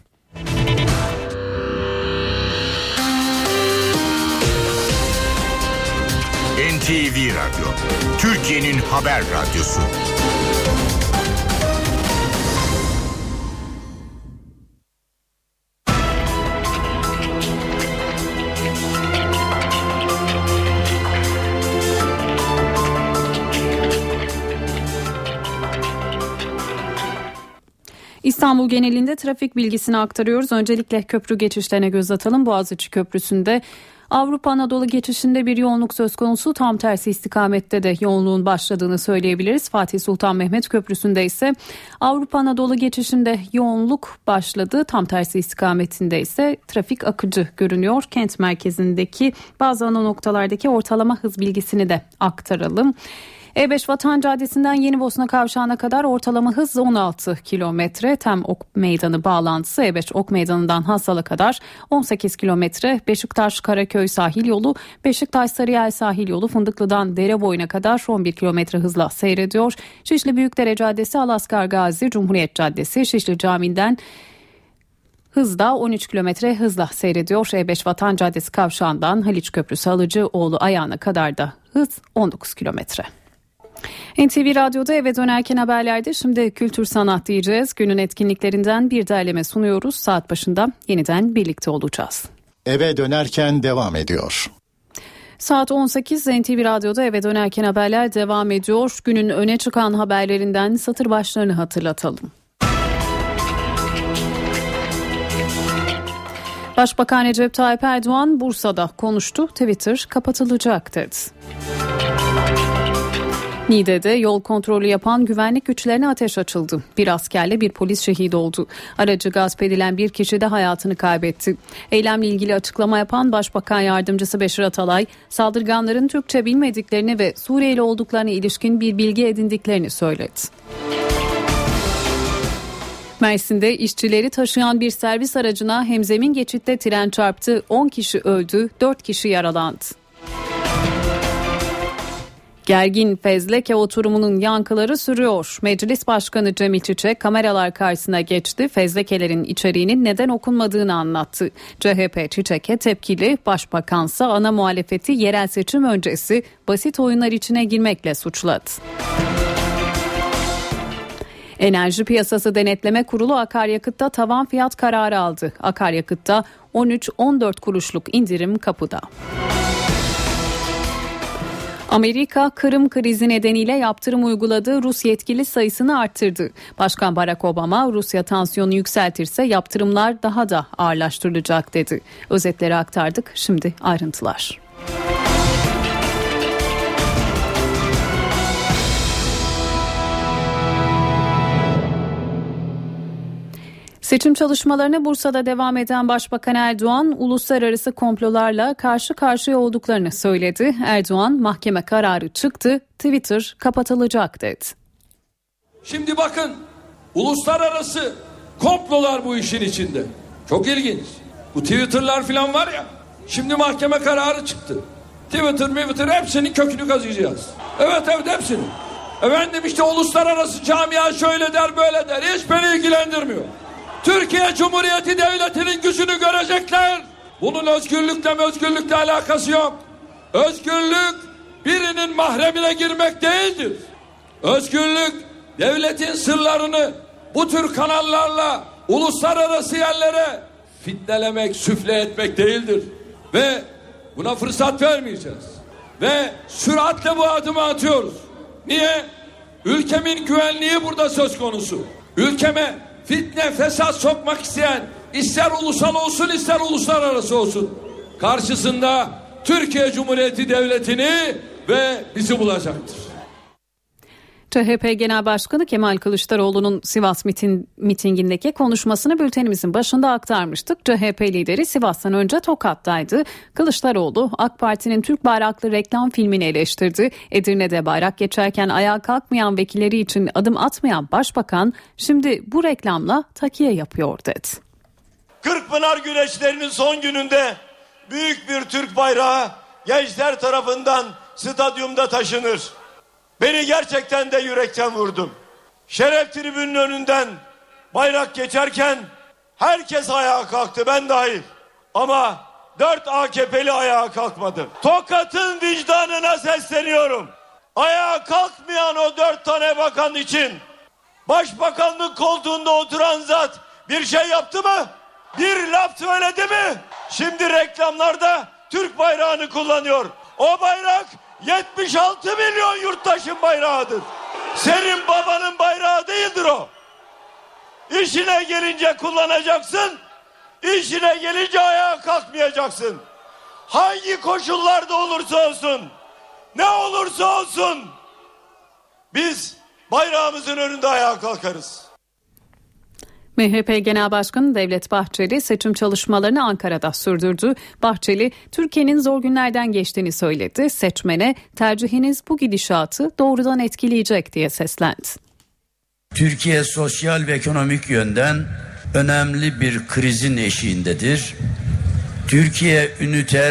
N T V Radyo, Türkiye'nin haber radyosu. İstanbul genelinde trafik bilgisini aktarıyoruz. Öncelikle köprü geçişlerine göz atalım. Boğaziçi Köprüsü'nde Avrupa Anadolu geçişinde bir yoğunluk söz konusu. Tam tersi istikamette de yoğunluğun başladığını söyleyebiliriz. Fatih Sultan Mehmet Köprüsü'nde ise Avrupa Anadolu geçişinde yoğunluk başladı. Tam tersi istikametinde ise trafik akıcı görünüyor. Kent merkezindeki bazı ana noktalardaki ortalama hız bilgisini de aktaralım. E beş Vatan Caddesi'nden Yenibosna Kavşağı'na kadar ortalama hız on altı kilometre. Tem Ok Meydanı bağlantısı E beş Ok Meydanı'ndan Hassal'a kadar on sekiz kilometre. Beşiktaş Karaköy sahil yolu, Beşiktaş Sarıyer sahil yolu Fındıklı'dan Dereboyu'na kadar on bir kilometre hızla seyrediyor. Şişli Büyükdere Caddesi, Alaskar Gazi, Cumhuriyet Caddesi, Şişli Camii'nden hızda on üç kilometre hızla seyrediyor. E beş Vatan Caddesi kavşağından Haliç Köprüsü Alıcıoğlu ayağına kadar da hız on dokuz kilometre. N T V Radyo'da eve dönerken haberlerde şimdi kültür sanat diyeceğiz. Günün etkinliklerinden bir derleme sunuyoruz. Saat başında yeniden birlikte olacağız. Eve dönerken devam ediyor. Saat on sekiz N T V Radyo'da eve dönerken haberler devam ediyor. Günün öne çıkan haberlerinden satır başlarını hatırlatalım. Başbakan Recep Tayyip Erdoğan Bursa'da konuştu. Twitter kapatılacak dedi. Niğde'de yol kontrolü yapan güvenlik güçlerine ateş açıldı. Bir askerle bir polis şehit oldu. Aracı gasp edilen bir kişi de hayatını kaybetti. Eylemle ilgili açıklama yapan Başbakan Yardımcısı Beşir Atalay, saldırganların Türkçe bilmediklerini ve Suriyeli olduklarına ilişkin bir bilgi edindiklerini söyledi. Mersin'de işçileri taşıyan bir servis aracına hemzemin geçitte tren çarptı. on kişi öldü, dört kişi yaralandı. Gergin fezleke oturumunun yankıları sürüyor. Meclis Başkanı Cemil Çiçek kameralar karşısına geçti. Fezlekelerin içeriğinin neden okunmadığını anlattı. C H P Çiçek'e tepkili, Başbakansa ana muhalefeti yerel seçim öncesi basit oyunlar içine girmekle suçladı. Enerji Piyasası Denetleme Kurulu akaryakıtta tavan fiyat kararı aldı. Akaryakıtta on üç on dört kuruşluk indirim kapıda. Amerika, Kırım krizi nedeniyle yaptırım uyguladığı Rus yetkili sayısını arttırdı. Başkan Barack Obama, Rusya tansiyonu yükseltirse yaptırımlar daha da ağırlaştırılacak dedi. Özetleri aktardık, şimdi ayrıntılar. Seçim çalışmalarına Bursa'da devam eden Başbakan Erdoğan, uluslararası komplolarla karşı karşıya olduklarını söyledi. Erdoğan, mahkeme kararı çıktı, Twitter kapatılacak dedi. Şimdi bakın, uluslararası komplolar bu işin içinde. Çok ilginç. Bu Twitter'lar falan var ya, şimdi mahkeme kararı çıktı. Twitter, Twitter hepsinin kökünü kazıyacağız. Evet evet hepsini. Efendim işte uluslararası camia şöyle der böyle der. Hiç beni ilgilendirmiyor. Türkiye Cumhuriyeti Devleti'nin gücünü görecekler. Bunun özgürlükle özgürlükle alakası yok. Özgürlük birinin mahremine girmek değildir. Özgürlük devletin sırlarını bu tür kanallarla uluslararası yerlere fitnelemek, süfle etmek değildir. Ve buna fırsat vermeyeceğiz. Ve süratle bu adımı atıyoruz. Niye? Ülkemin güvenliği burada söz konusu. Ülkeme fitne, fesat sokmak isteyen, ister ulusal olsun ister uluslararası olsun, karşısında Türkiye Cumhuriyeti Devleti'ni ve bizi bulacaktır. C H P Genel Başkanı Kemal Kılıçdaroğlu'nun Sivas mitin, mitingindeki konuşmasını bültenimizin başında aktarmıştık. C H P lideri Sivas'tan önce Tokat'taydı. Kılıçdaroğlu AK Parti'nin Türk bayraklı reklam filmini eleştirdi. Edirne'de bayrak geçerken ayağa kalkmayan vekilleri için adım atmayan başbakan şimdi bu reklamla takiye yapıyor dedi. Kırkpınar güreşlerinin son gününde büyük bir Türk bayrağı gençler tarafından stadyumda taşınır. Beni gerçekten de yürekten vurdum. Şeref tribünün önünden bayrak geçerken herkes ayağa kalktı, ben dahil. Ama dört A K P'li ayağa kalkmadı. Tokat'ın vicdanına sesleniyorum. Ayağa kalkmayan o dört tane bakan için başbakanlık koltuğunda oturan zat bir şey yaptı mı? Bir laf söyledi mi? Şimdi reklamlarda Türk bayrağını kullanıyor. O bayrak yetmiş altı milyon yurttaşın bayrağıdır. Senin babanın bayrağı değildir o. İşine gelince kullanacaksın, işine gelince ayağa kalkmayacaksın. Hangi koşullarda olursa olsun, ne olursa olsun biz bayrağımızın önünde ayağa kalkarız. M H P Genel Başkanı Devlet Bahçeli seçim çalışmalarını Ankara'da sürdürdü. Bahçeli, Türkiye'nin zor günlerden geçtiğini söyledi. Seçmene tercihiniz bu gidişatı doğrudan etkileyecek diye seslendi. Türkiye sosyal ve ekonomik yönden önemli bir krizin eşiğindedir. Türkiye üniter,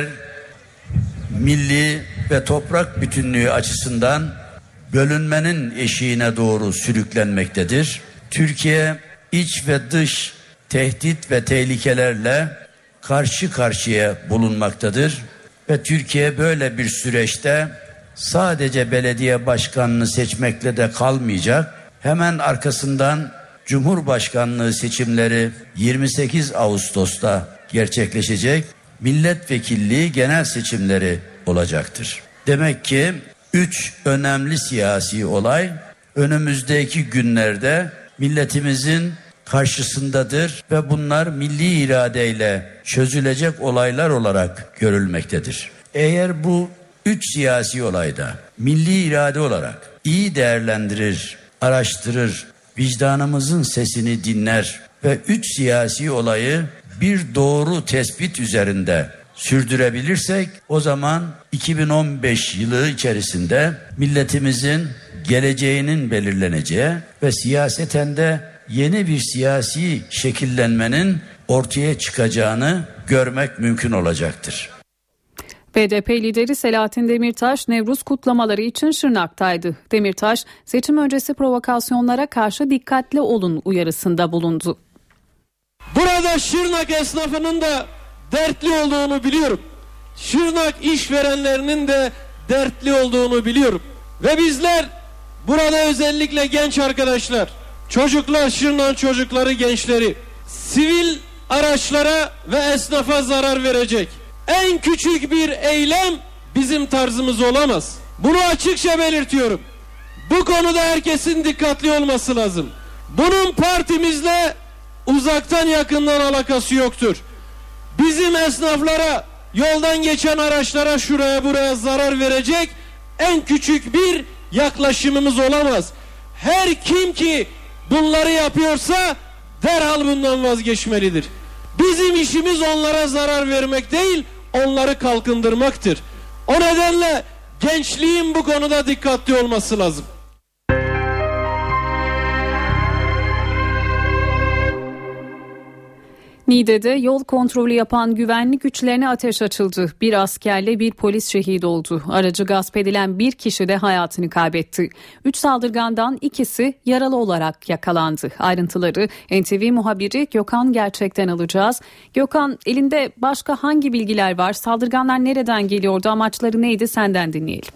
milli ve toprak bütünlüğü açısından bölünmenin eşiğine doğru sürüklenmektedir. Türkiye iç ve dış tehdit ve tehlikelerle karşı karşıya bulunmaktadır ve Türkiye böyle bir süreçte sadece belediye başkanını seçmekle de kalmayacak. Hemen arkasından Cumhurbaşkanlığı seçimleri yirmi sekiz Ağustos'ta gerçekleşecek, milletvekilliği genel seçimleri olacaktır. Demek ki üç önemli siyasi olay önümüzdeki günlerde milletimizin karşısındadır ve bunlar milli iradeyle çözülecek olaylar olarak görülmektedir. Eğer bu üç siyasi olayda milli irade olarak iyi değerlendirir, araştırır, vicdanımızın sesini dinler ve üç siyasi olayı bir doğru tespit üzerinde sürdürebilirsek o zaman iki bin on beş yılı içerisinde milletimizin geleceğinin belirleneceği ve siyaseten de yeni bir siyasi şekillenmenin ortaya çıkacağını görmek mümkün olacaktır. B D P lideri Selahattin Demirtaş Nevruz kutlamaları için Şırnak'taydı. Demirtaş seçim öncesi provokasyonlara karşı dikkatli olun uyarısında bulundu. Burada Şırnak esnafının da dertli olduğunu biliyorum. Şırnak işverenlerinin de dertli olduğunu biliyorum. Ve bizler burada özellikle genç arkadaşlar, çocuklar, Şırnak çocukları, gençleri sivil araçlara ve esnafa zarar verecek en küçük bir eylem bizim tarzımız olamaz. Bunu açıkça belirtiyorum. Bu konuda herkesin dikkatli olması lazım. Bunun partimizle uzaktan yakından alakası yoktur. Bizim esnaflara, yoldan geçen araçlara, şuraya buraya zarar verecek en küçük bir yaklaşımımız olamaz. Her kim ki bunları yapıyorsa derhal bundan vazgeçmelidir. Bizim işimiz onlara zarar vermek değil, onları kalkındırmaktır. O nedenle gençliğin bu konuda dikkatli olması lazım. Niğde'de yol kontrolü yapan güvenlik güçlerine ateş açıldı. Bir askerle bir polis şehit oldu. Aracı gasp edilen bir kişi de hayatını kaybetti. Üç saldırgandan ikisi yaralı olarak yakalandı. Ayrıntıları N T V muhabiri Gökhan Gerçek'ten alacağız. Gökhan, elinde başka hangi bilgiler var? Saldırganlar nereden geliyordu? Amaçları neydi? Senden dinleyelim.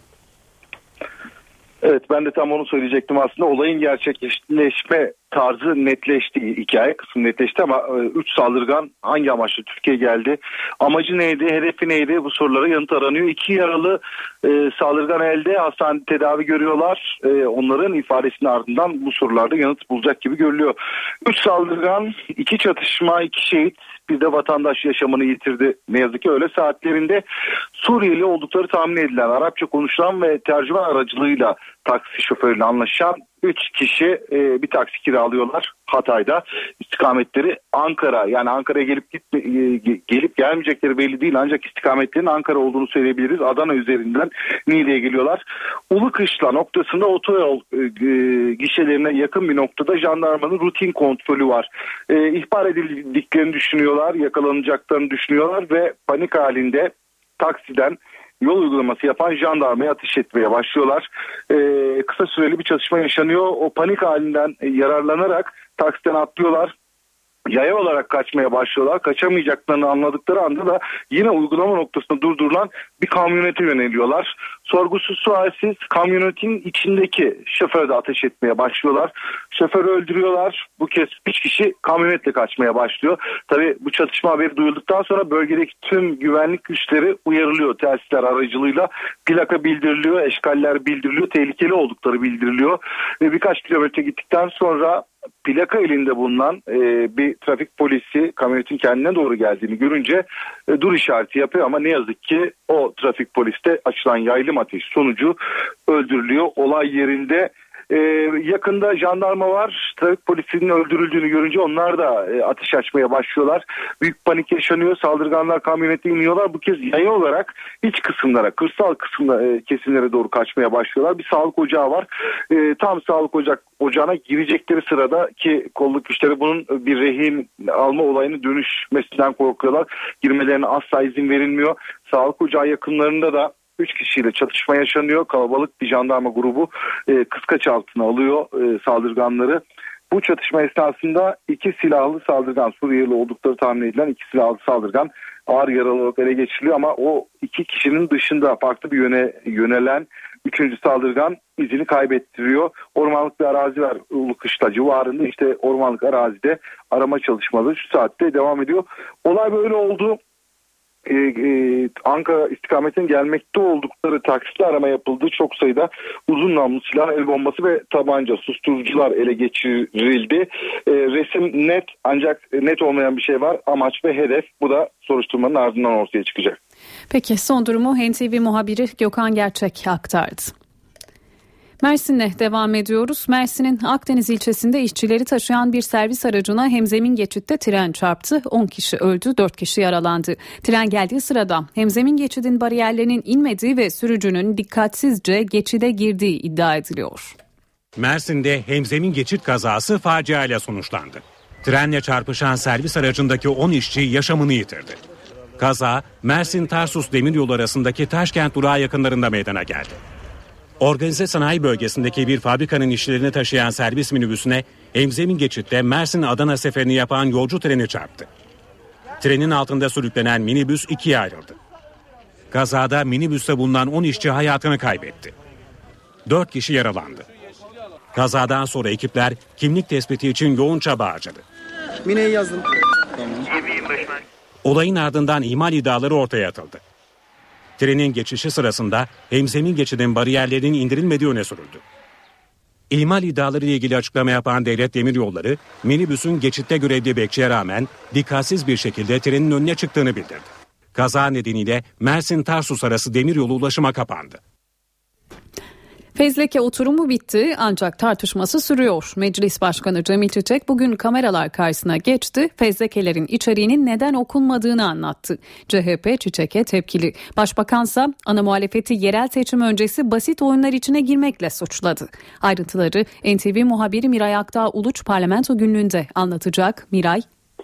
Evet, ben de tam onu söyleyecektim aslında. Olayın gerçekleşme tarzı netleşti. Hikaye kısmı netleşti ama üç saldırgan hangi amaçla Türkiye'ye geldi? Amacı neydi? Hedefi neydi? Bu sorulara yanıt aranıyor. İki yaralı e, saldırgan elde, hastanede tedavi görüyorlar. E, onların ifadesinin ardından bu sorularda yanıt bulacak gibi görülüyor. Üç saldırgan, iki çatışma, iki şehit. Bir de vatandaş yaşamını yitirdi. Ne yazık ki öyle saatlerinde Suriyeli oldukları tahmin edilen, Arapça konuşulan ve tercüman aracılığıyla taksi şoförüyle anlaşan üç kişi e, bir taksi kiralıyorlar Hatay'da. İstikametleri Ankara, yani Ankara'ya gelip gitme, e, gelip gelmeyecekleri belli değil, ancak istikametlerinin Ankara olduğunu söyleyebiliriz. Adana üzerinden Niğde'ye geliyorlar. Ulukışla noktasında otoyol e, gişelerine yakın bir noktada jandarmanın rutin kontrolü var. E, ihbar edildiklerini düşünüyorlar, yakalanacaklarını düşünüyorlar ve panik halinde taksiden yol uygulaması yapan jandarmaya ateş etmeye başlıyorlar. Ee, kısa süreli bir çatışma yaşanıyor. O panik halinden yararlanarak taksiden atlıyorlar. Yaya olarak kaçmaya başlıyorlar. Kaçamayacaklarını anladıkları anda da yine uygulama noktasında durdurulan bir kamyonete yöneliyorlar. Sorgusuz sualsiz kamyonetin içindeki şoföre de ateş etmeye başlıyorlar. Şoförü öldürüyorlar. Bu kez üç kişi kamyonetle kaçmaya başlıyor. Tabii bu çatışma haberi duyulduktan sonra bölgedeki tüm güvenlik güçleri uyarılıyor telsizler aracılığıyla. Plaka bildiriliyor, eşkaller bildiriliyor, tehlikeli oldukları bildiriliyor. Ve birkaç kilometre gittikten sonra plaka elinde bulunan e, bir trafik polisi kamyonetin kendine doğru geldiğini görünce e, dur işareti yapıyor ama ne yazık ki o trafik polisi de açılan yaylım ateş sonucu öldürülüyor. Olay yerinde e, yakında jandarma var. Trafik polisinin öldürüldüğünü görünce onlar da e, ateş açmaya başlıyorlar. Büyük panik yaşanıyor. Saldırganlar kamyonete iniyorlar. Bu kez yaya olarak iç kısımlara, kırsal kısımlara, e, kesimlere doğru kaçmaya başlıyorlar. Bir sağlık ocağı var. E, tam sağlık ocak ocağına girecekleri sırada ki kolluk güçleri bunun bir rehin alma olayını dönüşmesinden korkuyorlar. Girmelerine asla izin verilmiyor. Sağlık ocağı yakınlarında da üç kişiyle çatışma yaşanıyor. Kalabalık bir jandarma grubu e, kıskaç altına alıyor e, saldırganları. Bu çatışma esnasında iki silahlı saldırgan, Suriyeli oldukları tahmin edilen iki silahlı saldırgan ağır yaralı olarak ele geçiriliyor ama o iki kişinin dışında farklı bir yöne yönelen üçüncü saldırgan izini kaybettiriyor. Ormanlık bir arazi var Ulukışla civarında, işte ormanlık arazide arama çalışmaları şu saatte devam ediyor. Olay böyle oldu. Ee, e, Ankara istikametine gelmekte oldukları takside arama yapıldı. Çok sayıda uzun namlu silah, el bombası ve tabanca, susturucular ele geçirildi. Ee, resim net, ancak net olmayan bir şey var. Amaç ve hedef, bu da soruşturmanın ardından ortaya çıkacak. Peki, son durumu N T V muhabiri Gökhan Gerçek aktardı. Mersin'le devam ediyoruz. Mersin'in Akdeniz ilçesinde işçileri taşıyan bir servis aracına hemzemin geçitte tren çarptı. on kişi öldü, dört kişi yaralandı. Tren geldiği sırada hemzemin geçidin bariyerlerinin inmediği ve sürücünün dikkatsizce geçide girdiği iddia ediliyor. Mersin'de hemzemin geçit kazası faciayla sonuçlandı. Trenle çarpışan servis aracındaki on işçi yaşamını yitirdi. Kaza Mersin-Tarsus Demiryolu arasındaki Taşkent durağı yakınlarında meydana geldi. Organize sanayi bölgesindeki bir fabrikanın işçilerini taşıyan servis minibüsüne hemzemin geçitte Mersin-Adana seferini yapan yolcu treni çarptı. Trenin altında sürüklenen minibüs ikiye ayrıldı. Kazada minibüste bulunan on işçi hayatını kaybetti. dört kişi yaralandı. Kazadan sonra ekipler kimlik tespiti için yoğun çaba harcadı. Mine'yi yazdım. Olayın ardından ihmal iddiaları ortaya atıldı. Trenin geçişi sırasında hemzemin geçidin bariyerlerinin indirilmediği öne sürüldü. İhmal iddiaları ile ilgili açıklama yapan Devlet Demiryolları, minibüsün geçitte görevli bekçiye rağmen dikkatsiz bir şekilde trenin önüne çıktığını bildirdi. Kaza nedeniyle Mersin-Tarsus arası demiryolu ulaşıma kapandı. Fezleke oturumu bitti ancak tartışması sürüyor. Meclis Başkanı Cemil Çiçek bugün kameralar karşısına geçti. Fezlekelerin içeriğinin neden okunmadığını anlattı. C H P Çiçek'e tepkili. Başbakansa ana muhalefeti yerel seçim öncesi basit oyunlar içine girmekle suçladı. Ayrıntıları N T V muhabiri Miray Aktağ Uluç Parlamento Günlüğü'nde anlatacak. Miray.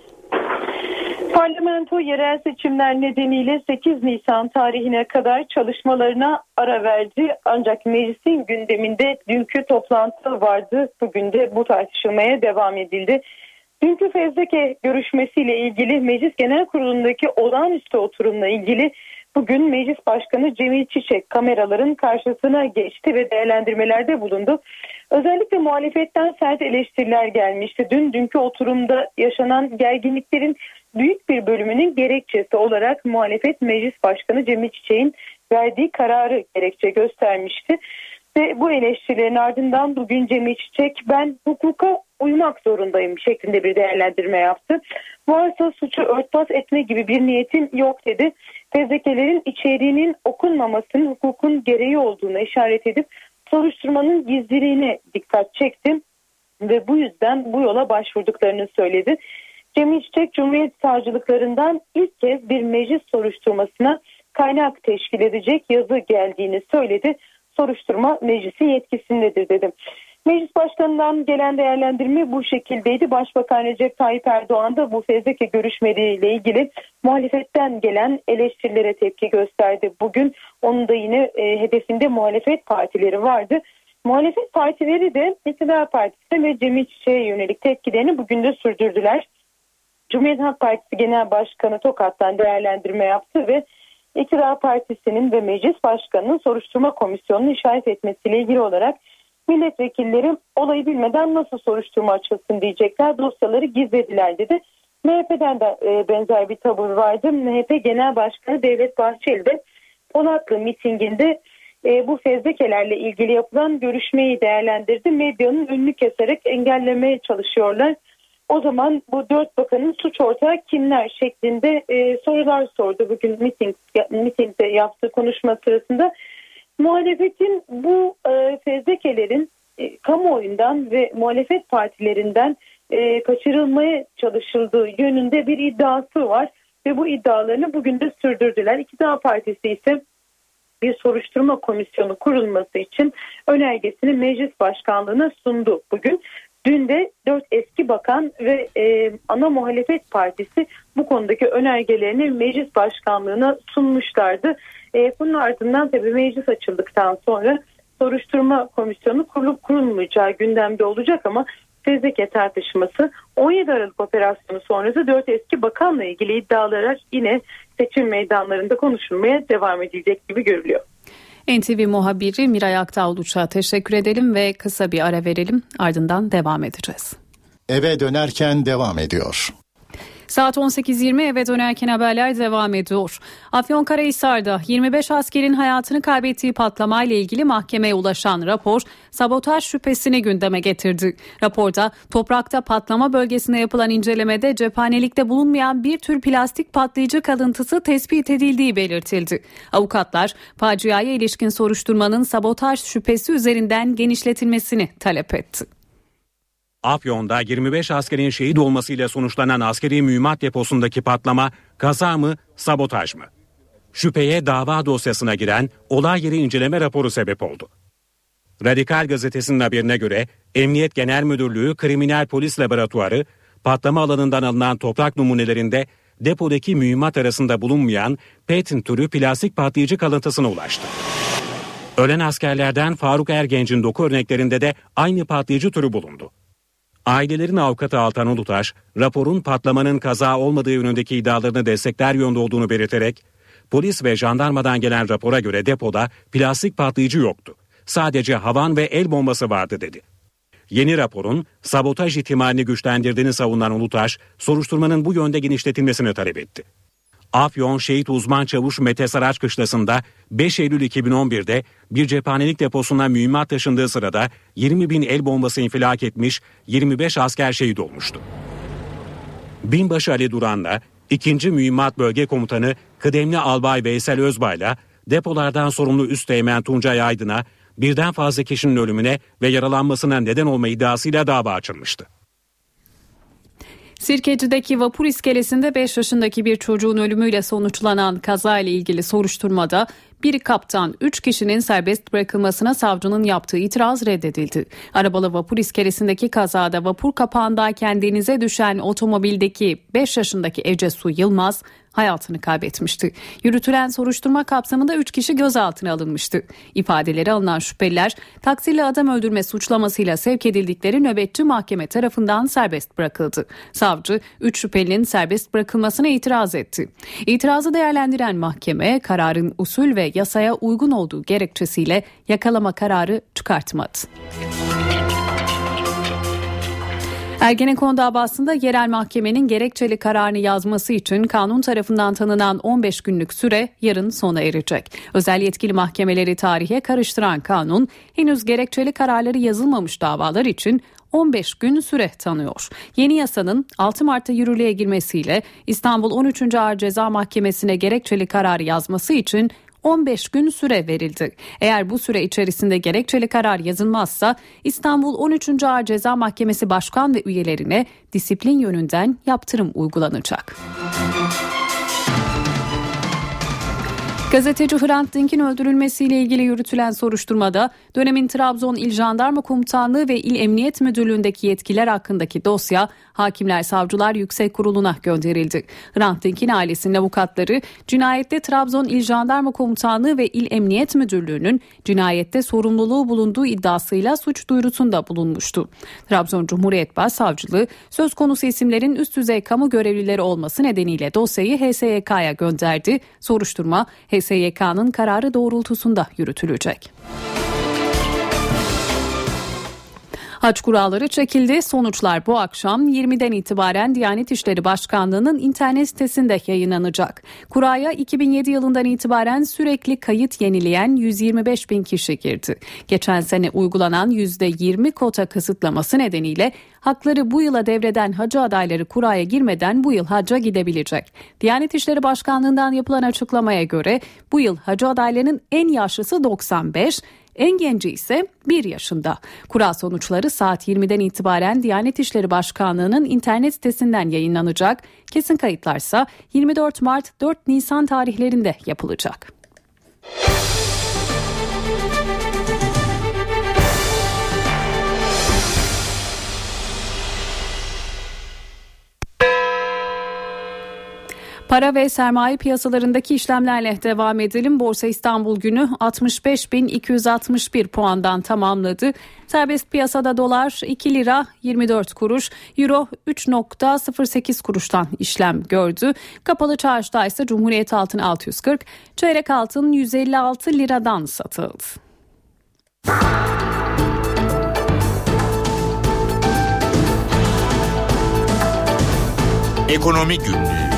Parlamento yerel seçimler nedeniyle sekiz Nisan tarihine kadar çalışmalarına ara verdi. Ancak meclisin gündeminde dünkü toplantı vardı. Bugün de bu tartışılmaya devam edildi. Dünkü fezleke görüşmesiyle ilgili Meclis Genel Kurulu'ndaki olağanüstü oturumla ilgili bugün Meclis Başkanı Cemil Çiçek kameraların karşısına geçti ve değerlendirmelerde bulundu. Özellikle muhalefetten sert eleştiriler gelmişti. Dün dünkü oturumda yaşanan gerginliklerin büyük bir bölümünün gerekçesi olarak muhalefet Meclis Başkanı Cemil Çiçek'in verdiği kararı gerekçe göstermişti. Ve bu eleştirilerin ardından bugün Cemil Çiçek ben hukuka uymak zorundayım şeklinde bir değerlendirme yaptı. Varsa suçu örtbas etme gibi bir niyetin yok dedi. Fezlekelerin içeriğinin okunmamasının hukukun gereği olduğuna işaret edip soruşturmanın gizliliğine dikkat çekti ve bu yüzden bu yola başvurduklarını söyledi. Cemil Çiçek Cumhuriyet Savcılıklarından ilk kez bir meclis soruşturmasına kaynak teşkil edecek yazı geldiğini söyledi. Soruşturma meclisin yetkisindedir dedi. Meclis Başkanı'ndan gelen değerlendirme bu şekildeydi. Başbakan Recep Tayyip Erdoğan da bu fezleke görüşmeleriyle ilgili muhalefetten gelen eleştirilere tepki gösterdi. Bugün onun da yine e, hedefinde muhalefet partileri vardı. Muhalefet partileri de İktidar Partisi ve Cemil Çiçek'e yönelik tepkilerini bugün de sürdürdüler. Cumhuriyet Halk Partisi Genel Başkanı Tokat'tan değerlendirme yaptı ve İktidar Partisi'nin ve Meclis Başkanı'nın soruşturma komisyonunu işaret etmesiyle ilgili olarak milletvekilleri olayı bilmeden nasıl soruşturma açılsın diyecekler, dosyaları gizlediler dedi. M H P'den de e, benzer bir tavır vardı. M H P Genel Başkanı Devlet Bahçeli de Polatlı mitinginde e, bu fezlekelerle ilgili yapılan görüşmeyi değerlendirdi. Medyanın önünü keserek engellemeye çalışıyorlar. O zaman bu dört bakanın suç ortağı kimler şeklinde e, sorular sordu bugün miting, mitingde yaptığı konuşma sırasında. Muhalefetin bu e, fezlekelerin e, kamuoyundan ve muhalefet partilerinden e, kaçırılmaya çalışıldığı yönünde bir iddiası var ve bu iddialarını bugün de sürdürdüler. İktidar Partisi ise bir soruşturma komisyonu kurulması için önergesini Meclis Başkanlığı'na sundu bugün. Dün de dört eski bakan ve e, ana muhalefet partisi bu konudaki önergelerini Meclis Başkanlığı'na sunmuşlardı. E, bunun ardından tabii meclis açıldıktan sonra soruşturma komisyonu kurulup kurulmayacağı gündemde olacak ama fezleke tartışması on yedi Aralık operasyonu sonrası dört eski bakanla ilgili iddialar yine seçim meydanlarında konuşulmaya devam edilecek gibi görülüyor. N T V muhabiri Miray Aktağ Uluç'a teşekkür edelim ve kısa bir ara verelim, ardından devam edeceğiz. Eve dönerken devam ediyor. Saat on sekiz yirmi eve dönerken haberler devam ediyor. Afyonkarahisar'da yirmi beş askerin hayatını kaybettiği patlamayla ilgili mahkemeye ulaşan rapor sabotaj şüphesini gündeme getirdi. Raporda toprakta patlama bölgesine yapılan incelemede cephanelikte bulunmayan bir tür plastik patlayıcı kalıntısı tespit edildiği belirtildi. Avukatlar faciaya ilişkin soruşturmanın sabotaj şüphesi üzerinden genişletilmesini talep etti. Afyon'da yirmi beş askerin şehit olmasıyla sonuçlanan askeri mühimmat deposundaki patlama kaza mı, sabotaj mı? Şüpheye dava dosyasına giren olay yeri inceleme raporu sebep oldu. Radikal gazetesinin haberine göre Emniyet Genel Müdürlüğü Kriminal Polis Laboratuvarı patlama alanından alınan toprak numunelerinde depodaki mühimmat arasında bulunmayan P E T türü plastik patlayıcı kalıntısına ulaştı. Ölen askerlerden Faruk Ergenç'in doku örneklerinde de aynı patlayıcı türü bulundu. Ailelerin avukatı Altan Ulutaş, raporun patlamanın kaza olmadığı yönündeki iddialarını destekler yönde olduğunu belirterek, polis ve jandarmadan gelen rapora göre depoda plastik patlayıcı yoktu. Sadece havan ve el bombası vardı dedi. Yeni raporun sabotaj ihtimalini güçlendirdiğini savunan Ulutaş, soruşturmanın bu yönde genişletilmesini talep etti. Afyon Şehit Uzman Çavuş Mete Saraç Kışlası'nda beş Eylül iki bin on birde bir cephanelik deposuna mühimmat taşındığı sırada yirmi bin el bombası infilak etmiş, yirmi beş asker şehit olmuştu. Binbaşı Ali Duran'la ikinci Mühimmat Bölge Komutanı Kıdemli Albay Veysel Özbay'la depolardan sorumlu Üsteğmen Tuncay Aydın'a birden fazla kişinin ölümüne ve yaralanmasına neden olma iddiasıyla dava açılmıştı. Sirkeci'deki vapur iskelesinde beş yaşındaki bir çocuğun ölümüyle sonuçlanan kazayla ilgili soruşturmada bir kaptan üç kişinin serbest bırakılmasına savcının yaptığı itiraz reddedildi. Arabalı vapur iskelesindeki kazada vapur kapağındayken denize düşen otomobildeki beş yaşındaki Ecesu Yılmaz hayatını kaybetmişti. Yürütülen soruşturma kapsamında üç kişi gözaltına alınmıştı. İfadeleri alınan şüpheliler taksirli adam öldürme suçlamasıyla sevk edildikleri nöbetçi mahkeme tarafından serbest bırakıldı. Savcı üç şüphelinin serbest bırakılmasına itiraz etti. İtirazı değerlendiren mahkeme kararın usul ve yasaya uygun olduğu gerekçesiyle yakalama kararı çıkartmadı. Ergenekon davasında yerel mahkemenin gerekçeli kararını yazması için kanun tarafından tanınan on beş günlük süre yarın sona erecek. Özel yetkili mahkemeleri tarihe karıştıran kanun henüz gerekçeli kararları yazılmamış davalar için on beş gün süre tanıyor. Yeni yasanın altı Mart'ta yürürlüğe girmesiyle İstanbul on üçüncü Ağır Ceza Mahkemesi'ne gerekçeli kararı yazması için on beş gün süre verildi. Eğer bu süre içerisinde gerekçeli karar yazılmazsa İstanbul on üçüncü Ağır Ceza Mahkemesi Başkan ve üyelerine disiplin yönünden yaptırım uygulanacak. Gazeteci Hrant Dink'in öldürülmesiyle ilgili yürütülen soruşturmada dönemin Trabzon İl Jandarma Komutanlığı ve İl Emniyet Müdürlüğü'ndeki yetkiler hakkındaki dosya Hakimler Savcılar Yüksek Kurulu'na gönderildi. Hrant Dink'in ailesinin avukatları cinayette Trabzon İl Jandarma Komutanlığı ve İl Emniyet Müdürlüğü'nün cinayette sorumluluğu bulunduğu iddiasıyla suç duyurusunda bulunmuştu. Trabzon Cumhuriyet Başsavcılığı söz konusu isimlerin üst düzey kamu görevlileri olması nedeniyle dosyayı H S Y K'ya gönderdi. Soruşturma H S Y K'nın kararı doğrultusunda yürütülecek. Hac kuralları çekildi. Sonuçlar bu akşam yirmiden itibaren Diyanet İşleri Başkanlığı'nın internet sitesinde yayınlanacak. Kuraya iki bin yedi yılından itibaren sürekli kayıt yenileyen yüz yirmi beş bin kişi girdi. Geçen sene uygulanan yüzde yirmi kota kısıtlaması nedeniyle hakları bu yıla devreden hacı adayları kuraya girmeden bu yıl hacca gidebilecek. Diyanet İşleri Başkanlığı'ndan yapılan açıklamaya göre bu yıl hacı adaylarının en yaşlısı doksan beş, en genci ise bir yaşında. Kura sonuçları saat yirmiden itibaren Diyanet İşleri Başkanlığı'nın internet sitesinden yayınlanacak. Kesin kayıtlarsa yirmi dört Mart dört Nisan tarihlerinde yapılacak. Para ve sermaye piyasalarındaki işlemlerle devam edelim. Borsa İstanbul günü altmış beş bin iki yüz altmış bir puandan tamamladı. Serbest piyasada dolar iki lira yirmi dört kuruş, euro üç virgül sıfır sekiz kuruştan işlem gördü. Kapalı çarşıda ise Cumhuriyet altın altı yüz kırk, çeyrek altın yüz elli altı liradan satıldı. Ekonomi Günlüğü.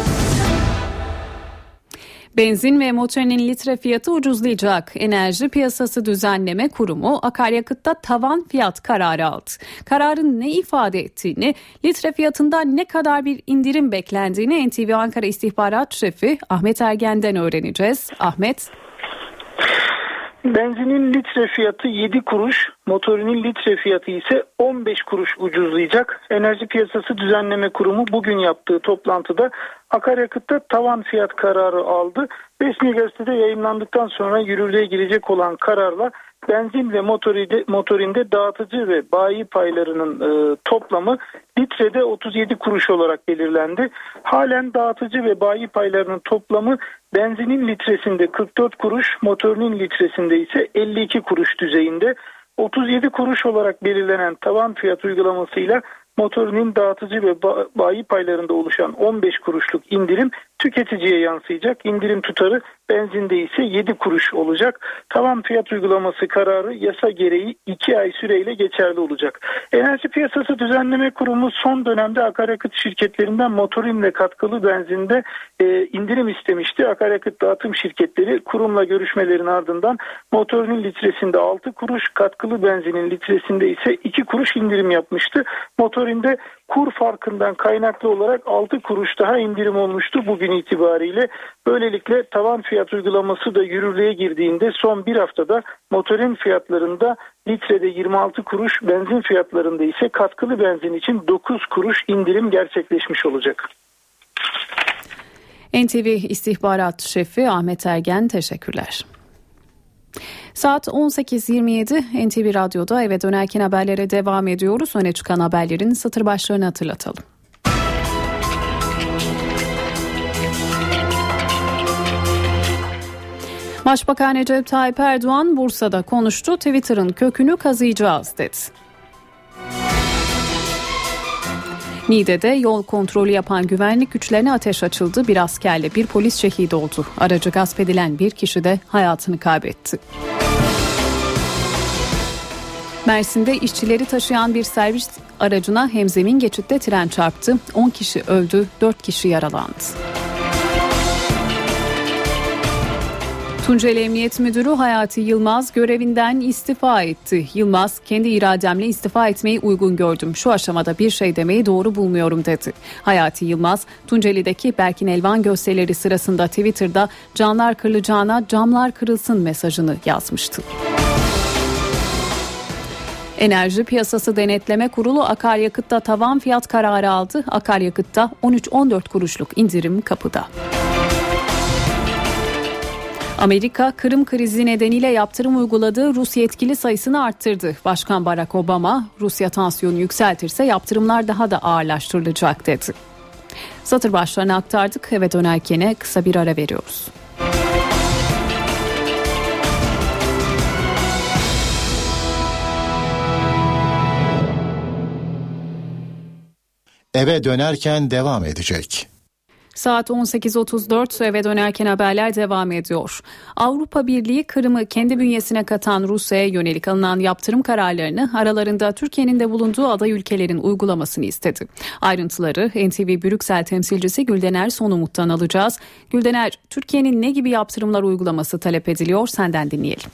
Benzin ve motorinin litre fiyatı ucuzlayacak. Enerji Piyasası Düzenleme Kurumu akaryakıtta tavan fiyat kararı aldı. Kararın ne ifade ettiğini, litre fiyatından ne kadar bir indirim beklendiğini N T V Ankara İstihbarat Şefi Ahmet Ergen'den öğreneceğiz. Ahmet. Benzinin litre fiyatı yedi kuruş, motorinin litre fiyatı ise on beş kuruş ucuzlayacak. Enerji Piyasası Düzenleme Kurumu bugün yaptığı toplantıda akaryakıtta tavan fiyat kararı aldı. Resmi gazetede yayımlandıktan sonra yürürlüğe girecek olan kararla benzin ve motorinde, motorinde dağıtıcı ve bayi paylarının e, toplamı litrede otuz yedi kuruş olarak belirlendi. Halen dağıtıcı ve bayi paylarının toplamı benzinin litresinde kırk dört kuruş, motorinin litresinde ise elli iki kuruş düzeyinde. otuz yedi kuruş olarak belirlenen tavan fiyat uygulamasıyla motorinin dağıtıcı ve bayi paylarında oluşan on beş kuruşluk indirim tüketiciye yansıyacak. İndirim tutarı benzinde ise yedi kuruş olacak. Tavan fiyat uygulaması kararı yasa gereği iki ay süreyle geçerli olacak. Enerji Piyasası Düzenleme Kurumu son dönemde akaryakıt şirketlerinden motorin ve katkılı benzinde e, indirim istemişti. Akaryakıt dağıtım şirketleri kurumla görüşmelerin ardından motorinin litresinde altı kuruş, katkılı benzinin litresinde ise iki kuruş indirim yapmıştı. Motorinde kur farkından kaynaklı olarak altı kuruş daha indirim olmuştu. Bu bugün itibariyle. Böylelikle tavan fiyat uygulaması da yürürlüğe girdiğinde son bir haftada motorin fiyatlarında litrede yirmi altı kuruş, benzin fiyatlarında ise katkılı benzin için dokuz kuruş indirim gerçekleşmiş olacak. N T V İstihbarat Şefi Ahmet Ergen, teşekkürler. Saat on sekiz yirmi yedi N T V Radyo'da eve dönerken haberlere devam ediyoruz. Öne çıkan haberlerin satır başlarını hatırlatalım. Başbakan Recep Tayyip Erdoğan Bursa'da konuştu. Twitter'ın kökünü kazıyacağız dedi. Niğde'de yol kontrolü yapan güvenlik güçlerine ateş açıldı. Bir askerle bir polis şehit oldu. Aracı gasp edilen bir kişi de hayatını kaybetti. Mersin'de işçileri taşıyan bir servis aracına hemzemin geçitte tren çarptı. on kişi öldü, dört kişi yaralandı. Tunceli Emniyet Müdürü Hayati Yılmaz görevinden istifa etti. Yılmaz, kendi irademle istifa etmeyi uygun gördüm. Şu aşamada bir şey demeyi doğru bulmuyorum dedi. Hayati Yılmaz, Tunceli'deki Berkin Elvan gösterileri sırasında Twitter'da canlar kırılacağına camlar kırılsın mesajını yazmıştı. Enerji Piyasası Denetleme Kurulu akaryakıtta tavan fiyat kararı aldı. Akaryakıtta on üç on dört kuruşluk indirim kapıda. Amerika, Kırım krizi nedeniyle yaptırım uyguladığı Rus yetkili sayısını arttırdı. Başkan Barack Obama, Rusya tansiyonu yükseltirse yaptırımlar daha da ağırlaştırılacak dedi. Satır başlarını aktardık. Eve dönerken kısa bir ara veriyoruz. Eve dönerken devam edecek. Saat on sekiz otuz dört eve dönerken haberler devam ediyor. Avrupa Birliği Kırım'ı kendi bünyesine katan Rusya'ya yönelik alınan yaptırım kararlarını aralarında Türkiye'nin de bulunduğu aday ülkelerin uygulamasını istedi. Ayrıntıları N T V Brüksel temsilcisi Güldener Sonumut'tan alacağız. Güldener, Türkiye'nin ne gibi yaptırımlar uygulaması talep ediliyor? Senden dinleyelim.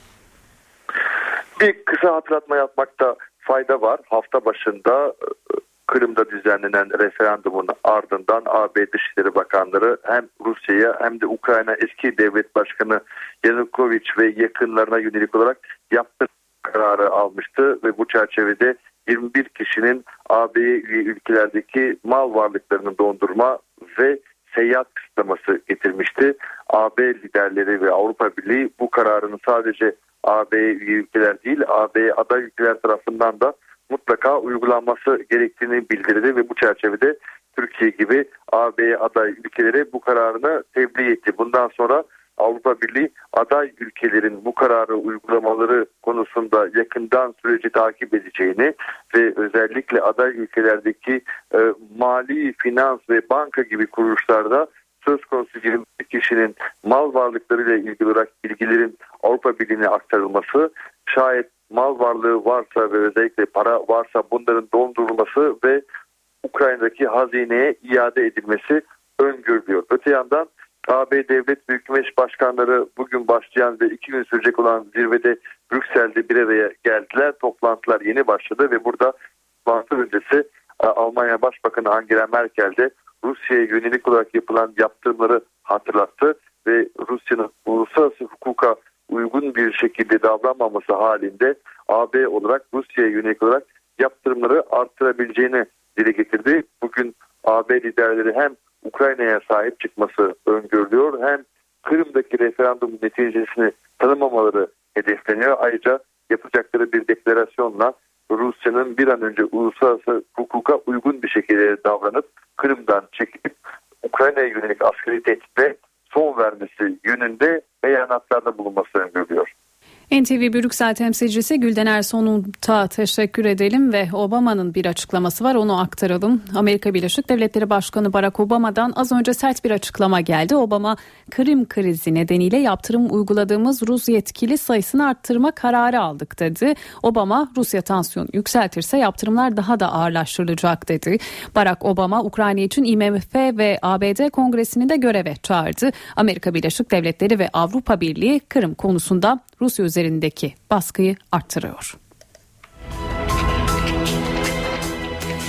Bir kısa hatırlatma yapmakta fayda var. Hafta başında Kırım'da düzenlenen referandumun ardından A B Dışişleri Bakanları hem Rusya'ya hem de Ukrayna eski devlet başkanı Yanukovych ve yakınlarına yönelik olarak yaptırım kararı almıştı ve bu çerçevede yirmi bir kişinin A B'ye üye ülkelerdeki mal varlıklarını dondurma ve seyahat kısıtlaması getirmişti. A B liderleri ve Avrupa Birliği bu kararını sadece A B'ye üye ülkeler değil, A B'ye aday ülkeler tarafından da mutlaka uygulanması gerektiğini bildirdi ve bu çerçevede Türkiye gibi A B'ye aday ülkelere bu kararını tebliğ etti. Bundan sonra Avrupa Birliği aday ülkelerin bu kararı uygulamaları konusunda yakından süreci takip edeceğini ve özellikle aday ülkelerdeki e, mali, finans ve banka gibi kuruluşlarda söz konusu yirmi bir kişinin mal varlıklarıyla ilgili olarak bilgilerin Avrupa Birliği'ne aktarılması, şayet mal varlığı varsa ve özellikle para varsa bunların dondurulması ve Ukrayna'daki hazineye iade edilmesi öngörülüyor. Öte yandan A B Devlet ve Hükümet Başkanları bugün başlayan ve iki gün sürecek olan zirvede Brüksel'de bir araya geldiler. Toplantılar yeni başladı ve burada toplantı öncesi Almanya Başbakanı Angela Merkel de Rusya'ya yönelik olarak yapılan yaptırımları hatırlattı ve Rusya'nın uluslararası hukuka uygun bir şekilde davranmaması halinde A B olarak Rusya'ya yönelik olarak yaptırımları arttırabileceğini dile getirdi. Bugün A B liderleri hem Ukrayna'ya sahip çıkması öngörülüyor hem Kırım'daki referandum neticesini tanımamaları hedefleniyor. Ayrıca yapacakları bir deklarasyonla Rusya'nın bir an önce uluslararası hukuka uygun bir şekilde davranıp Kırım'dan çekilip Ukrayna'ya yönelik askeri tehditle son vermesi yönünde beyanatlarda bulunması öngörülüyor. N T V Brüksel temsilcisi Güldener Sonumut'a teşekkür edelim ve Obama'nın bir açıklaması var, onu aktaralım. Amerika Birleşik Devletleri Başkanı Barack Obama'dan az önce sert bir açıklama geldi. Obama, Kırım krizi nedeniyle yaptırım uyguladığımız Rus yetkili sayısını arttırma kararı aldık dedi. Obama, Rusya tansiyonu yükseltirse yaptırımlar daha da ağırlaştırılacak dedi. Barack Obama, Ukrayna için I M F ve A B D Kongresi'ni de göreve çağırdı. Amerika Birleşik Devletleri ve Avrupa Birliği Kırım konusunda Rusya üzerindeki baskıyı arttırıyor.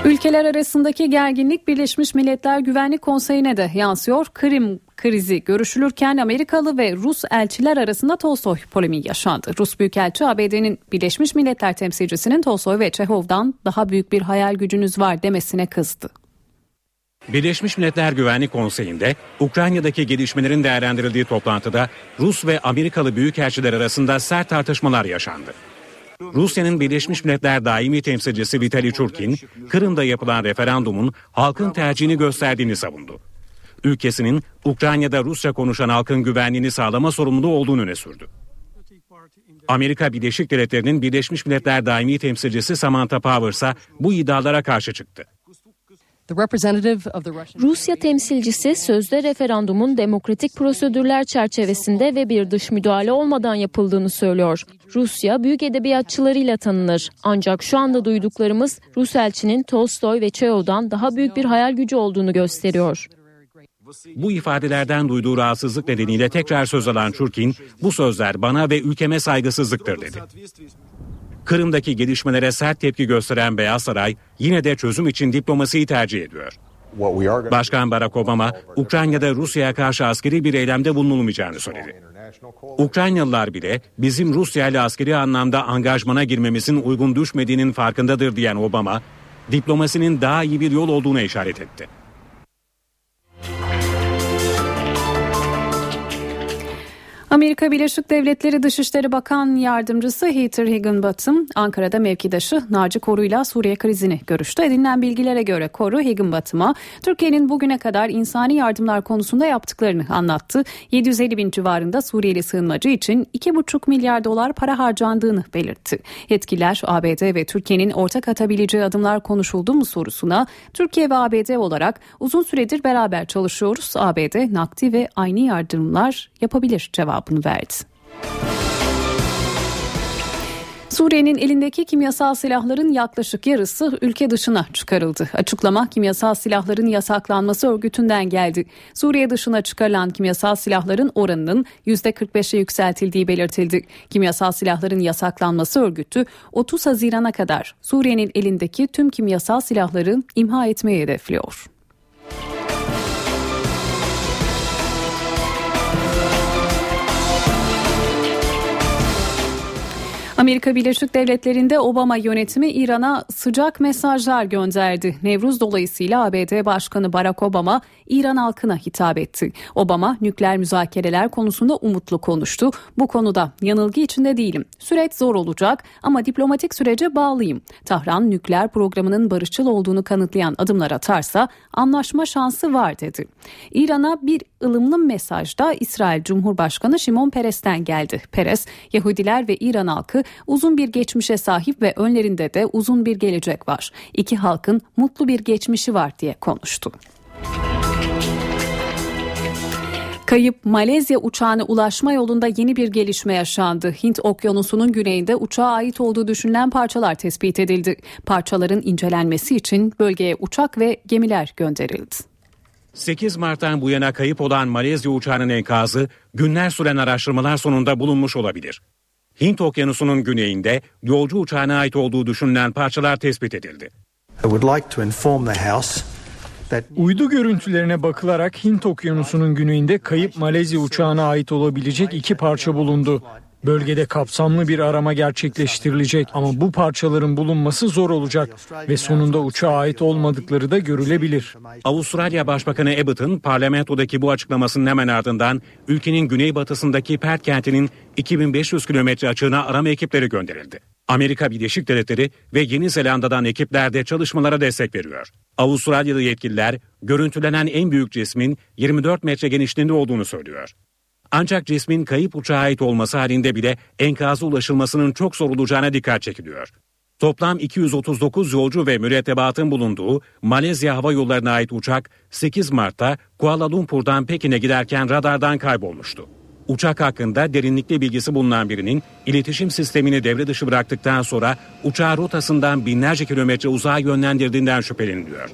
Ülkeler arasındaki gerginlik Birleşmiş Milletler Güvenlik Konseyi'ne de yansıyor. Kırım krizi görüşülürken Amerikalı ve Rus elçiler arasında Tolstoy polemiği yaşandı. Rus Büyükelçi A B D'nin Birleşmiş Milletler temsilcisinin Tolstoy ve Çehov'dan daha büyük bir hayal gücünüz var demesine kızdı. Birleşmiş Milletler Güvenlik Konseyi'nde Ukrayna'daki gelişmelerin değerlendirildiği toplantıda Rus ve Amerikalı büyükelçiler arasında sert tartışmalar yaşandı. Rusya'nın Birleşmiş Milletler Daimi Temsilcisi Vitali Churkin, Kırım'da yapılan referandumun halkın tercihini gösterdiğini savundu. Ülkesinin Ukrayna'da Rusça konuşan halkın güvenliğini sağlama sorumluluğu olduğunu öne sürdü. Amerika Birleşik Devletleri'nin Birleşmiş Milletler Daimi Temsilcisi Samantha Power ise bu iddialara karşı çıktı. Rusya temsilcisi sözde referandumun demokratik prosedürler çerçevesinde ve bir dış müdahale olmadan yapıldığını söylüyor. Rusya büyük edebiyatçılarıyla tanınır. Ancak şu anda duyduklarımız Rus elçinin Tolstoy ve Çehov'dan daha büyük bir hayal gücü olduğunu gösteriyor. Bu ifadelerden duyduğu rahatsızlık nedeniyle tekrar söz alan Churkin, bu sözler bana ve ülkeme saygısızlıktır dedi. Kırım'daki gelişmelere sert tepki gösteren Beyaz Saray yine de çözüm için diplomasiyi tercih ediyor. Başkan Barack Obama, Ukrayna'da Rusya'ya karşı askeri bir eylemde bulunulmayacağını söyledi. Ukraynalılar bile bizim Rusya ile askeri anlamda angajmana girmemizin uygun düşmediğinin farkındadır diyen Obama, diplomasinin daha iyi bir yol olduğuna işaret etti. Amerika Birleşik Devletleri Dışişleri Bakan Yardımcısı Heather Higginbotham, Ankara'da mevkidaşı Naci Koru'yla Suriye krizini görüştü. Edinilen bilgilere göre Koru, Higginbotham'a Türkiye'nin bugüne kadar insani yardımlar konusunda yaptıklarını anlattı. yedi yüz elli bin civarında Suriyeli sığınmacı için iki buçuk milyar dolar para harcandığını belirtti. Yetkililer A B D ve Türkiye'nin ortak atabileceği adımlar konuşuldu mu sorusuna, Türkiye ve A B D olarak uzun süredir beraber çalışıyoruz. A B D nakdi ve aynı yardımlar yapabilir cevabını verdi. Suriye'nin elindeki kimyasal silahların yaklaşık yarısı ülke dışına çıkarıldı. Açıklama kimyasal silahların yasaklanması örgütünden geldi. Suriye dışına çıkarılan kimyasal silahların oranının yüzde kırk beşe yükseltildiği belirtildi. Kimyasal silahların yasaklanması örgütü otuz Haziran'a kadar Suriye'nin elindeki tüm kimyasal silahları imha etmeyi hedefliyor. Amerika Birleşik Devletleri'nde Obama yönetimi İran'a sıcak mesajlar gönderdi. Nevruz dolayısıyla A B D Başkanı Barack Obama İran halkına hitap etti. Obama nükleer müzakereler konusunda umutlu konuştu. Bu konuda yanılgı içinde değilim. Süreç zor olacak ama diplomatik sürece bağlıyım. Tahran nükleer programının barışçıl olduğunu kanıtlayan adımlar atarsa anlaşma şansı var dedi. İran'a bir ılımlı mesaj da İsrail Cumhurbaşkanı Şimon Peres'ten geldi. Peres, Yahudiler ve İran halkı uzun bir geçmişe sahip ve önlerinde de uzun bir gelecek var. İki halkın mutlu bir geçmişi var diye konuştu. Kayıp Malezya uçağına ulaşma yolunda yeni bir gelişme yaşandı. Hint Okyanusu'nun güneyinde uçağa ait olduğu düşünülen parçalar tespit edildi. Parçaların incelenmesi için bölgeye uçak ve gemiler gönderildi. sekiz Mart'tan bu yana kayıp olan Malezya uçağının enkazı günler süren araştırmalar sonunda bulunmuş olabilir. Hint Okyanusu'nun güneyinde yolcu uçağına ait olduğu düşünülen parçalar tespit edildi. Uydu görüntülerine bakılarak Hint Okyanusu'nun güneyinde kayıp Malezya uçağına ait olabilecek iki parça bulundu. Bölgede kapsamlı bir arama gerçekleştirilecek ama bu parçaların bulunması zor olacak ve sonunda uçağa ait olmadıkları da görülebilir. Avustralya Başbakanı Abbott'ın parlamentodaki bu açıklamasının hemen ardından ülkenin güneybatısındaki Perth kentinin iki bin beş yüz kilometre açığına arama ekipleri gönderildi. Amerika Birleşik Devletleri ve Yeni Zelanda'dan ekipler de çalışmalara destek veriyor. Avustralyalı yetkililer görüntülenen en büyük cismin yirmi dört metre genişliğinde olduğunu söylüyor. Ancak cismin kayıp uçağa ait olması halinde bile enkaza ulaşılmasının çok zor olacağına dikkat çekiliyor. Toplam iki yüz otuz dokuz yolcu ve mürettebatın bulunduğu Malezya Hava Yolları'na ait uçak sekiz Mart'ta Kuala Lumpur'dan Pekin'e giderken radardan kaybolmuştu. Uçak hakkında derinlikli bilgisi bulunan birinin iletişim sistemini devre dışı bıraktıktan sonra uçağı rotasından binlerce kilometre uzağa yönlendirdiğinden şüpheleniliyor.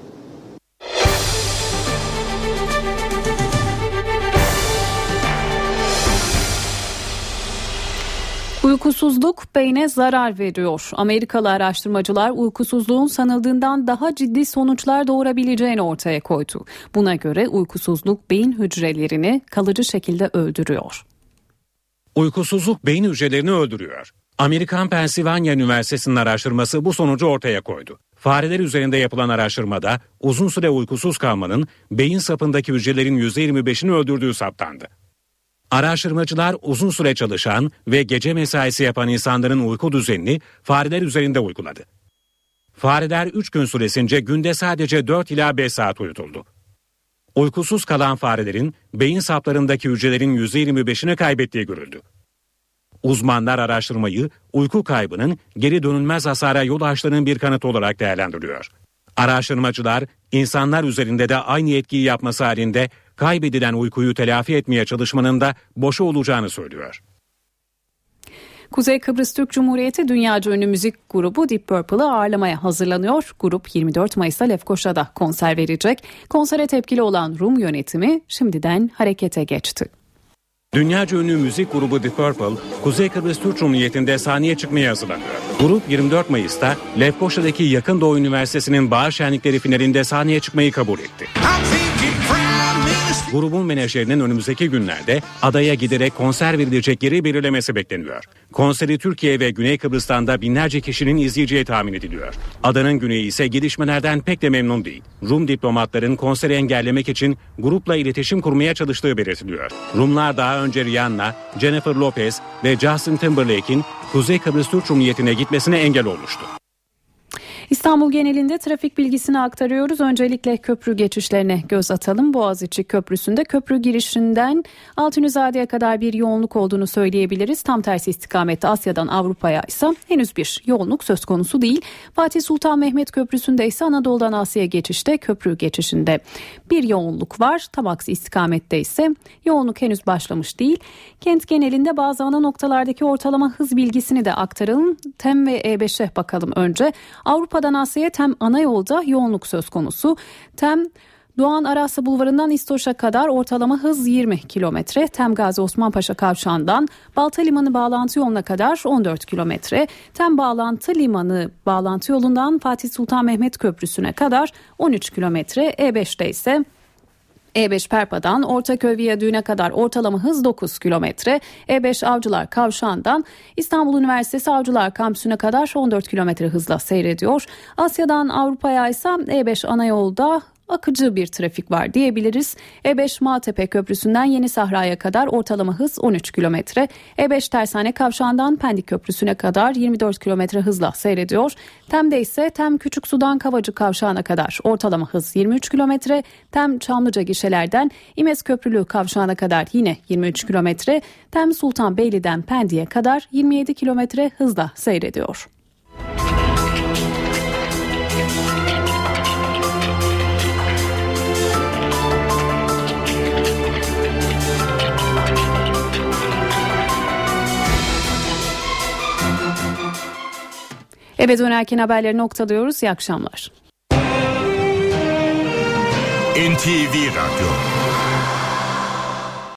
Uyku Uykusuzluk beyne zarar veriyor. Amerikalı araştırmacılar uykusuzluğun sanıldığından daha ciddi sonuçlar doğurabileceğini ortaya koydu. Buna göre uykusuzluk beyin hücrelerini kalıcı şekilde öldürüyor. Uykusuzluk beyin hücrelerini öldürüyor. Amerikan Pennsylvania Üniversitesi'nin araştırması bu sonucu ortaya koydu. Fareler üzerinde yapılan araştırmada uzun süre uykusuz kalmanın beyin sapındaki hücrelerin yüzde yirmi beşini öldürdüğü saptandı. Araştırmacılar uzun süre çalışan ve gece mesaisi yapan insanların uyku düzenini fareler üzerinde uyguladı. Fareler üç gün süresince günde sadece dört ila beş saat uyutuldu. Uykusuz kalan farelerin beyin saplarındaki hücrelerin yüzde yirmi beşini kaybettiği görüldü. Uzmanlar araştırmayı uyku kaybının geri dönülmez hasara yol açtığının bir kanıtı olarak değerlendiriyor. Araştırmacılar insanlar üzerinde de aynı etkiyi yapması halinde kaybedilen uykuyu telafi etmeye çalışmanın da boşa olacağını söylüyor. Kuzey Kıbrıs Türk Cumhuriyeti dünyaca ünlü müzik grubu Deep Purple'ı ağırlamaya hazırlanıyor. Grup yirmi dört Mayıs'ta Lefkoşa'da konser verecek. Konsere tepkili olan Rum yönetimi şimdiden harekete geçti. Dünyaca ünlü müzik grubu Deep Purple, Kuzey Kıbrıs Türk Cumhuriyeti'nde sahneye çıkmaya hazırlanıyor. Grup yirmi dört Mayıs'ta Lefkoşa'daki Yakın Doğu Üniversitesi'nin bahar şenlikleri finalinde sahneye çıkmayı kabul etti. Grubun menajerinin önümüzdeki günlerde adaya giderek konser verilecek yeri belirlemesi bekleniyor. Konseri Türkiye ve Güney Kıbrıs'tan da binlerce kişinin izleyeceği tahmin ediliyor. Adanın güneyi ise gelişmelerden pek de memnun değil. Rum diplomatların konseri engellemek için grupla iletişim kurmaya çalıştığı belirtiliyor. Rumlar daha önce Rihanna, Jennifer Lopez ve Justin Timberlake'in Kuzey Kıbrıs Türk Cumhuriyeti'ne gitmesine engel olmuştu. İstanbul genelinde trafik bilgisini aktarıyoruz. Öncelikle köprü geçişlerine göz atalım. Boğaziçi Köprüsü'nde köprü girişinden Altunizade'ye kadar bir yoğunluk olduğunu söyleyebiliriz. Tam tersi istikamette Asya'dan Avrupa'ya ise henüz bir yoğunluk söz konusu değil. Fatih Sultan Mehmet Köprüsü'nde ise Anadolu'dan Asya'ya geçişte köprü geçişinde bir yoğunluk var. Tam aksi istikamette ise yoğunluk henüz başlamış değil. Kent genelinde bazı ana noktalardaki ortalama hız bilgisini de aktaralım. Tem ve E beşe bakalım önce. Avrupa'dan Asya'ya Tem ana yolda yoğunluk söz konusu. Tem Doğan Arasya Bulvarı'ndan İstoç'a kadar ortalama hız yirmi kilometre. Tem Gazi Osman Paşa Kavşağı'ndan Balta Limanı bağlantı yoluna kadar on dört kilometre. Tem Bağlantı Limanı bağlantı yolundan Fatih Sultan Mehmet Köprüsü'ne kadar on üç kilometre. E beşte ise E beş Perpa'dan Ortaköy Viyadüğü'ne kadar ortalama hız dokuz kilometre. E beş Avcılar Kavşağı'ndan İstanbul Üniversitesi Avcılar Kampüsü'ne kadar on dört kilometre hızla seyrediyor. Asya'dan Avrupa'ya ise E beş ana yolda akıcı bir trafik var diyebiliriz. E beş Maltepe Köprüsü'nden Yeni Sahra'ya kadar ortalama hız on üç kilometre. E beş Tersane Kavşağı'ndan Pendik Köprüsü'ne kadar yirmi dört kilometre hızla seyrediyor. Tem'de ise Tem Küçüksu'dan Kavacı Kavşağı'na kadar ortalama hız yirmi üç kilometre. Tem Çamlıca Gişeler'den İmez Köprülü Kavşağı'na kadar yine yirmi üç kilometre. Tem Sultanbeyli'den Pendik'e kadar yirmi yedi kilometre hızla seyrediyor. Eve dönerken haberleri noktalıyoruz. İyi akşamlar. N T V Radyo